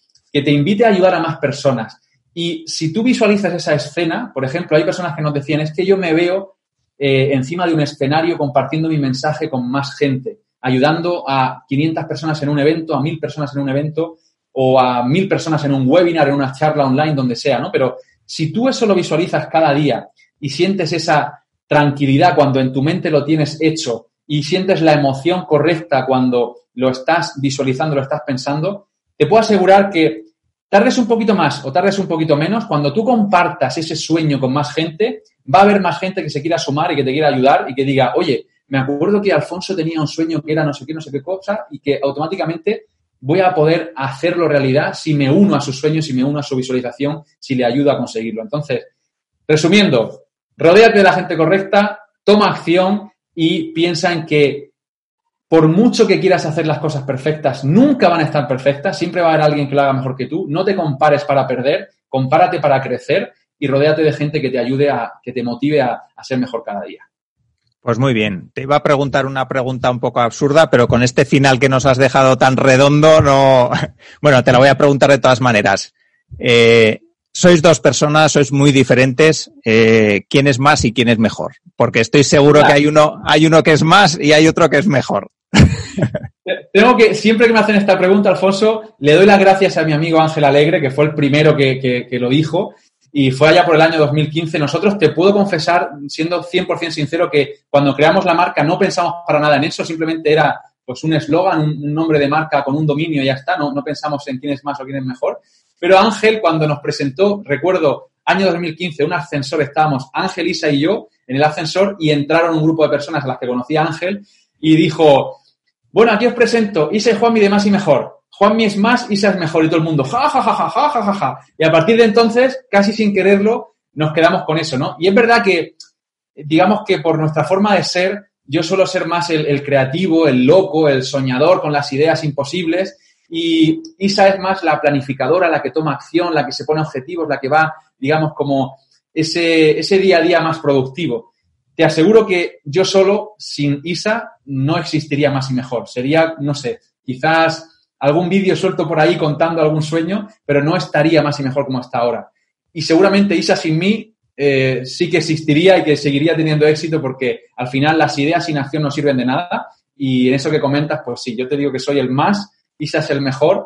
te invite a ayudar a más personas. Y si tú visualizas esa escena, por ejemplo, hay personas que nos decían, es que yo me veo encima de un escenario compartiendo mi mensaje con más gente, ayudando a 500 personas en un evento, a 1.000 personas en un evento. o a 1000 personas en un webinar, en una charla online, donde sea, ¿no? Pero si tú eso lo visualizas cada día y sientes esa tranquilidad cuando en tu mente lo tienes hecho y sientes la emoción correcta cuando lo estás visualizando, lo estás pensando, te puedo asegurar que tardes un poquito más o tardes un poquito menos, cuando tú compartas ese sueño con más gente, va a haber más gente que se quiera sumar y que te quiera ayudar y que diga, oye, me acuerdo que Alfonso tenía un sueño que era no sé qué cosa, y que automáticamente voy a poder hacerlo realidad si me uno a sus sueños, si me uno a su visualización, si le ayudo a conseguirlo. Entonces, resumiendo, rodéate de la gente correcta, toma acción y piensa en que por mucho que quieras hacer las cosas perfectas, nunca van a estar perfectas, siempre va a haber alguien que lo haga mejor que tú. No te compares para perder, compárate para crecer y rodéate de gente que te ayude que te motive a ser mejor cada día. Pues muy bien. Te iba a preguntar una pregunta un poco absurda, pero con este final que nos has dejado tan redondo, no... Bueno, te la voy a preguntar de todas maneras. Sois dos personas, sois muy diferentes. ¿Quién es más y quién es mejor? Porque estoy seguro que hay uno que es más y hay otro que es mejor. Siempre que me hacen esta pregunta, Alfonso, le doy las gracias a mi amigo Ángel Alegre, que fue el primero que lo dijo, y fue allá por el año 2015. Nosotros, te puedo confesar, siendo 100% sincero, que cuando creamos la marca no pensamos para nada en eso, simplemente era pues un eslogan, un nombre de marca con un dominio y ya está, no pensamos en quién es más o quién es mejor. Pero Ángel, cuando nos presentó, recuerdo, año 2015, un ascensor, estábamos Ángel, Isa y yo en el ascensor y entraron un grupo de personas a las que conocía Ángel y dijo, bueno, aquí os presento Isa y Juanmi de Más y Mejor. Juanmi es más, Isa es mejor, y todo el mundo, ja, ja, ja, ja, ja, ja, ja, ja. Y a partir de entonces, casi sin quererlo, nos quedamos con eso, ¿no? Y es verdad que, digamos que por nuestra forma de ser, yo suelo ser más el creativo, el loco, el soñador con las ideas imposibles, y Isa es más la planificadora, la que toma acción, la que se pone objetivos, la que va, digamos, como ese día a día más productivo. Te aseguro que yo solo, sin Isa, no existiría Más y Mejor. Sería, no sé, quizás algún vídeo suelto por ahí contando algún sueño, pero no estaría Más y Mejor como está ahora. Y seguramente Isa sin mí sí que existiría y que seguiría teniendo éxito, porque al final las ideas sin acción no sirven de nada. Y en eso que comentas, pues sí, yo te digo que soy el más, Isa es el mejor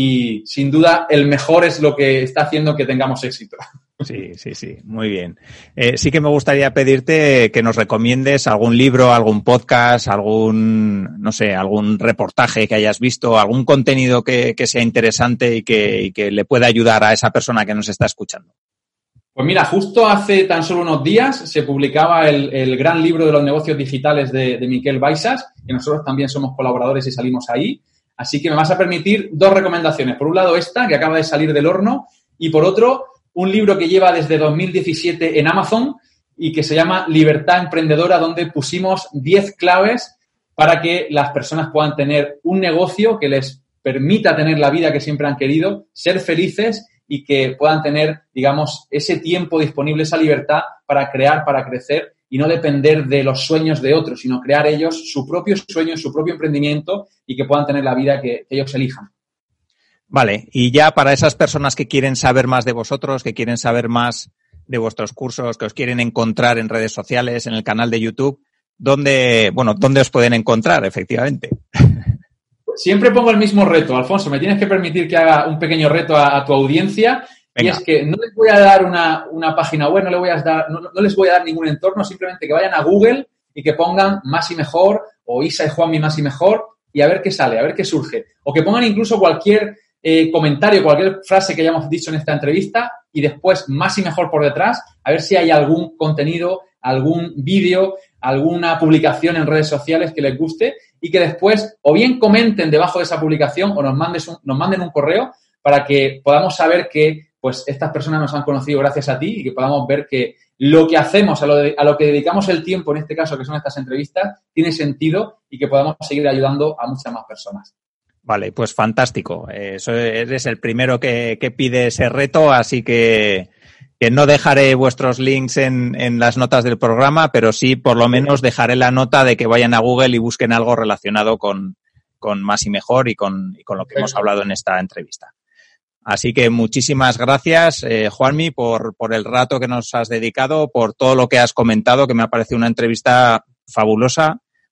y sin duda el mejor es lo que está haciendo que tengamos éxito. Sí, muy bien. Sí que me gustaría pedirte que nos recomiendes algún libro, algún podcast, algún reportaje que hayas visto, algún contenido que sea interesante y que le pueda ayudar a esa persona que nos está escuchando. Pues mira, justo hace tan solo unos días se publicaba el gran libro de los negocios digitales de Miquel Baixas, que nosotros también somos colaboradores y salimos ahí. Así que me vas a permitir dos recomendaciones. Por un lado, esta, que acaba de salir del horno, y por otro, un libro que lleva desde 2017 en Amazon y que se llama Libertad Emprendedora, donde pusimos 10 claves para que las personas puedan tener un negocio que les permita tener la vida que siempre han querido, ser felices y que puedan tener, digamos, ese tiempo disponible, esa libertad para crear, para crecer y no depender de los sueños de otros, sino crear ellos su propio sueño, su propio emprendimiento y que puedan tener la vida que ellos elijan. Vale, y ya para esas personas que quieren saber más de vosotros, que quieren saber más de vuestros cursos, que os quieren encontrar en redes sociales, en el canal de YouTube, ¿dónde os pueden encontrar, efectivamente? Siempre pongo el mismo reto, Alfonso. Me tienes que permitir que haga un pequeño reto a tu audiencia. Venga. Y es que no les voy a dar una página web, no les voy a dar ningún entorno, simplemente que vayan a Google y que pongan Más y Mejor o Isa y Juanmi Más y Mejor y a ver qué sale, a ver qué surge. O que pongan incluso cualquier comentario, cualquier frase que hayamos dicho en esta entrevista y después Más y Mejor por detrás, a ver si hay algún contenido, algún vídeo, alguna publicación en redes sociales que les guste y que después o bien comenten debajo de esa publicación o nos manden un correo para que podamos saber que pues estas personas nos han conocido gracias a ti y que podamos ver que lo que hacemos, a lo que dedicamos el tiempo, en este caso, que son estas entrevistas, tiene sentido y que podamos seguir ayudando a muchas más personas. Vale, pues fantástico. Eres el primero que pide ese reto, así que no dejaré vuestros links en las notas del programa, pero sí por lo menos dejaré la nota de que vayan a Google y busquen algo relacionado con Más y Mejor y con lo que hemos hablado en esta entrevista. Así que muchísimas gracias, Juanmi, por el rato que nos has dedicado, por todo lo que has comentado, que me ha parecido una entrevista fabulosa,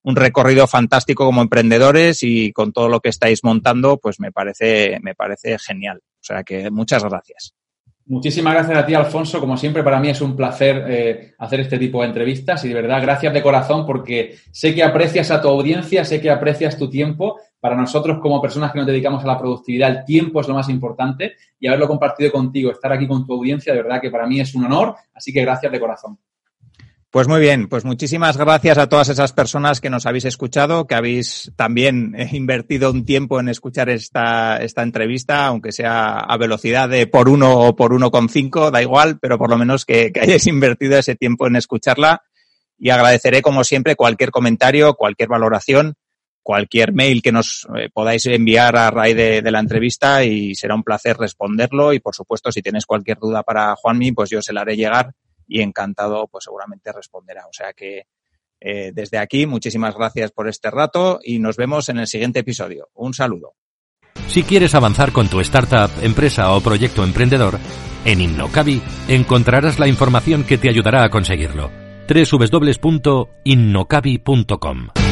recorrido fantástico como emprendedores y con todo lo que estáis montando, pues me parece genial. O sea que muchas gracias. Muchísimas gracias a ti, Alfonso. Como siempre, para mí es un placer hacer este tipo de entrevistas y de verdad, gracias de corazón porque sé que aprecias a tu audiencia, sé que aprecias tu tiempo. Para nosotros, como personas que nos dedicamos a la productividad, el tiempo es lo más importante y haberlo compartido contigo, estar aquí con tu audiencia, de verdad que para mí es un honor. Así que gracias de corazón. Pues muy bien, pues muchísimas gracias a todas esas personas que nos habéis escuchado, que habéis también invertido un tiempo en escuchar esta entrevista, aunque sea a velocidad de por 1 o por 1,5, da igual, pero por lo menos que hayáis invertido ese tiempo en escucharla. Y agradeceré, como siempre, cualquier comentario, cualquier valoración, cualquier mail que nos podáis enviar a raíz de la entrevista y será un placer responderlo. Y, por supuesto, si tienes cualquier duda para Juanmi, pues yo se la haré llegar. Y encantado, pues seguramente responderá. O sea que desde aquí, muchísimas gracias por este rato y nos vemos en el siguiente episodio. Un saludo. Si quieres avanzar con tu startup, empresa o proyecto emprendedor, en Innocabi encontrarás la información que te ayudará a conseguirlo. www.innocabi.com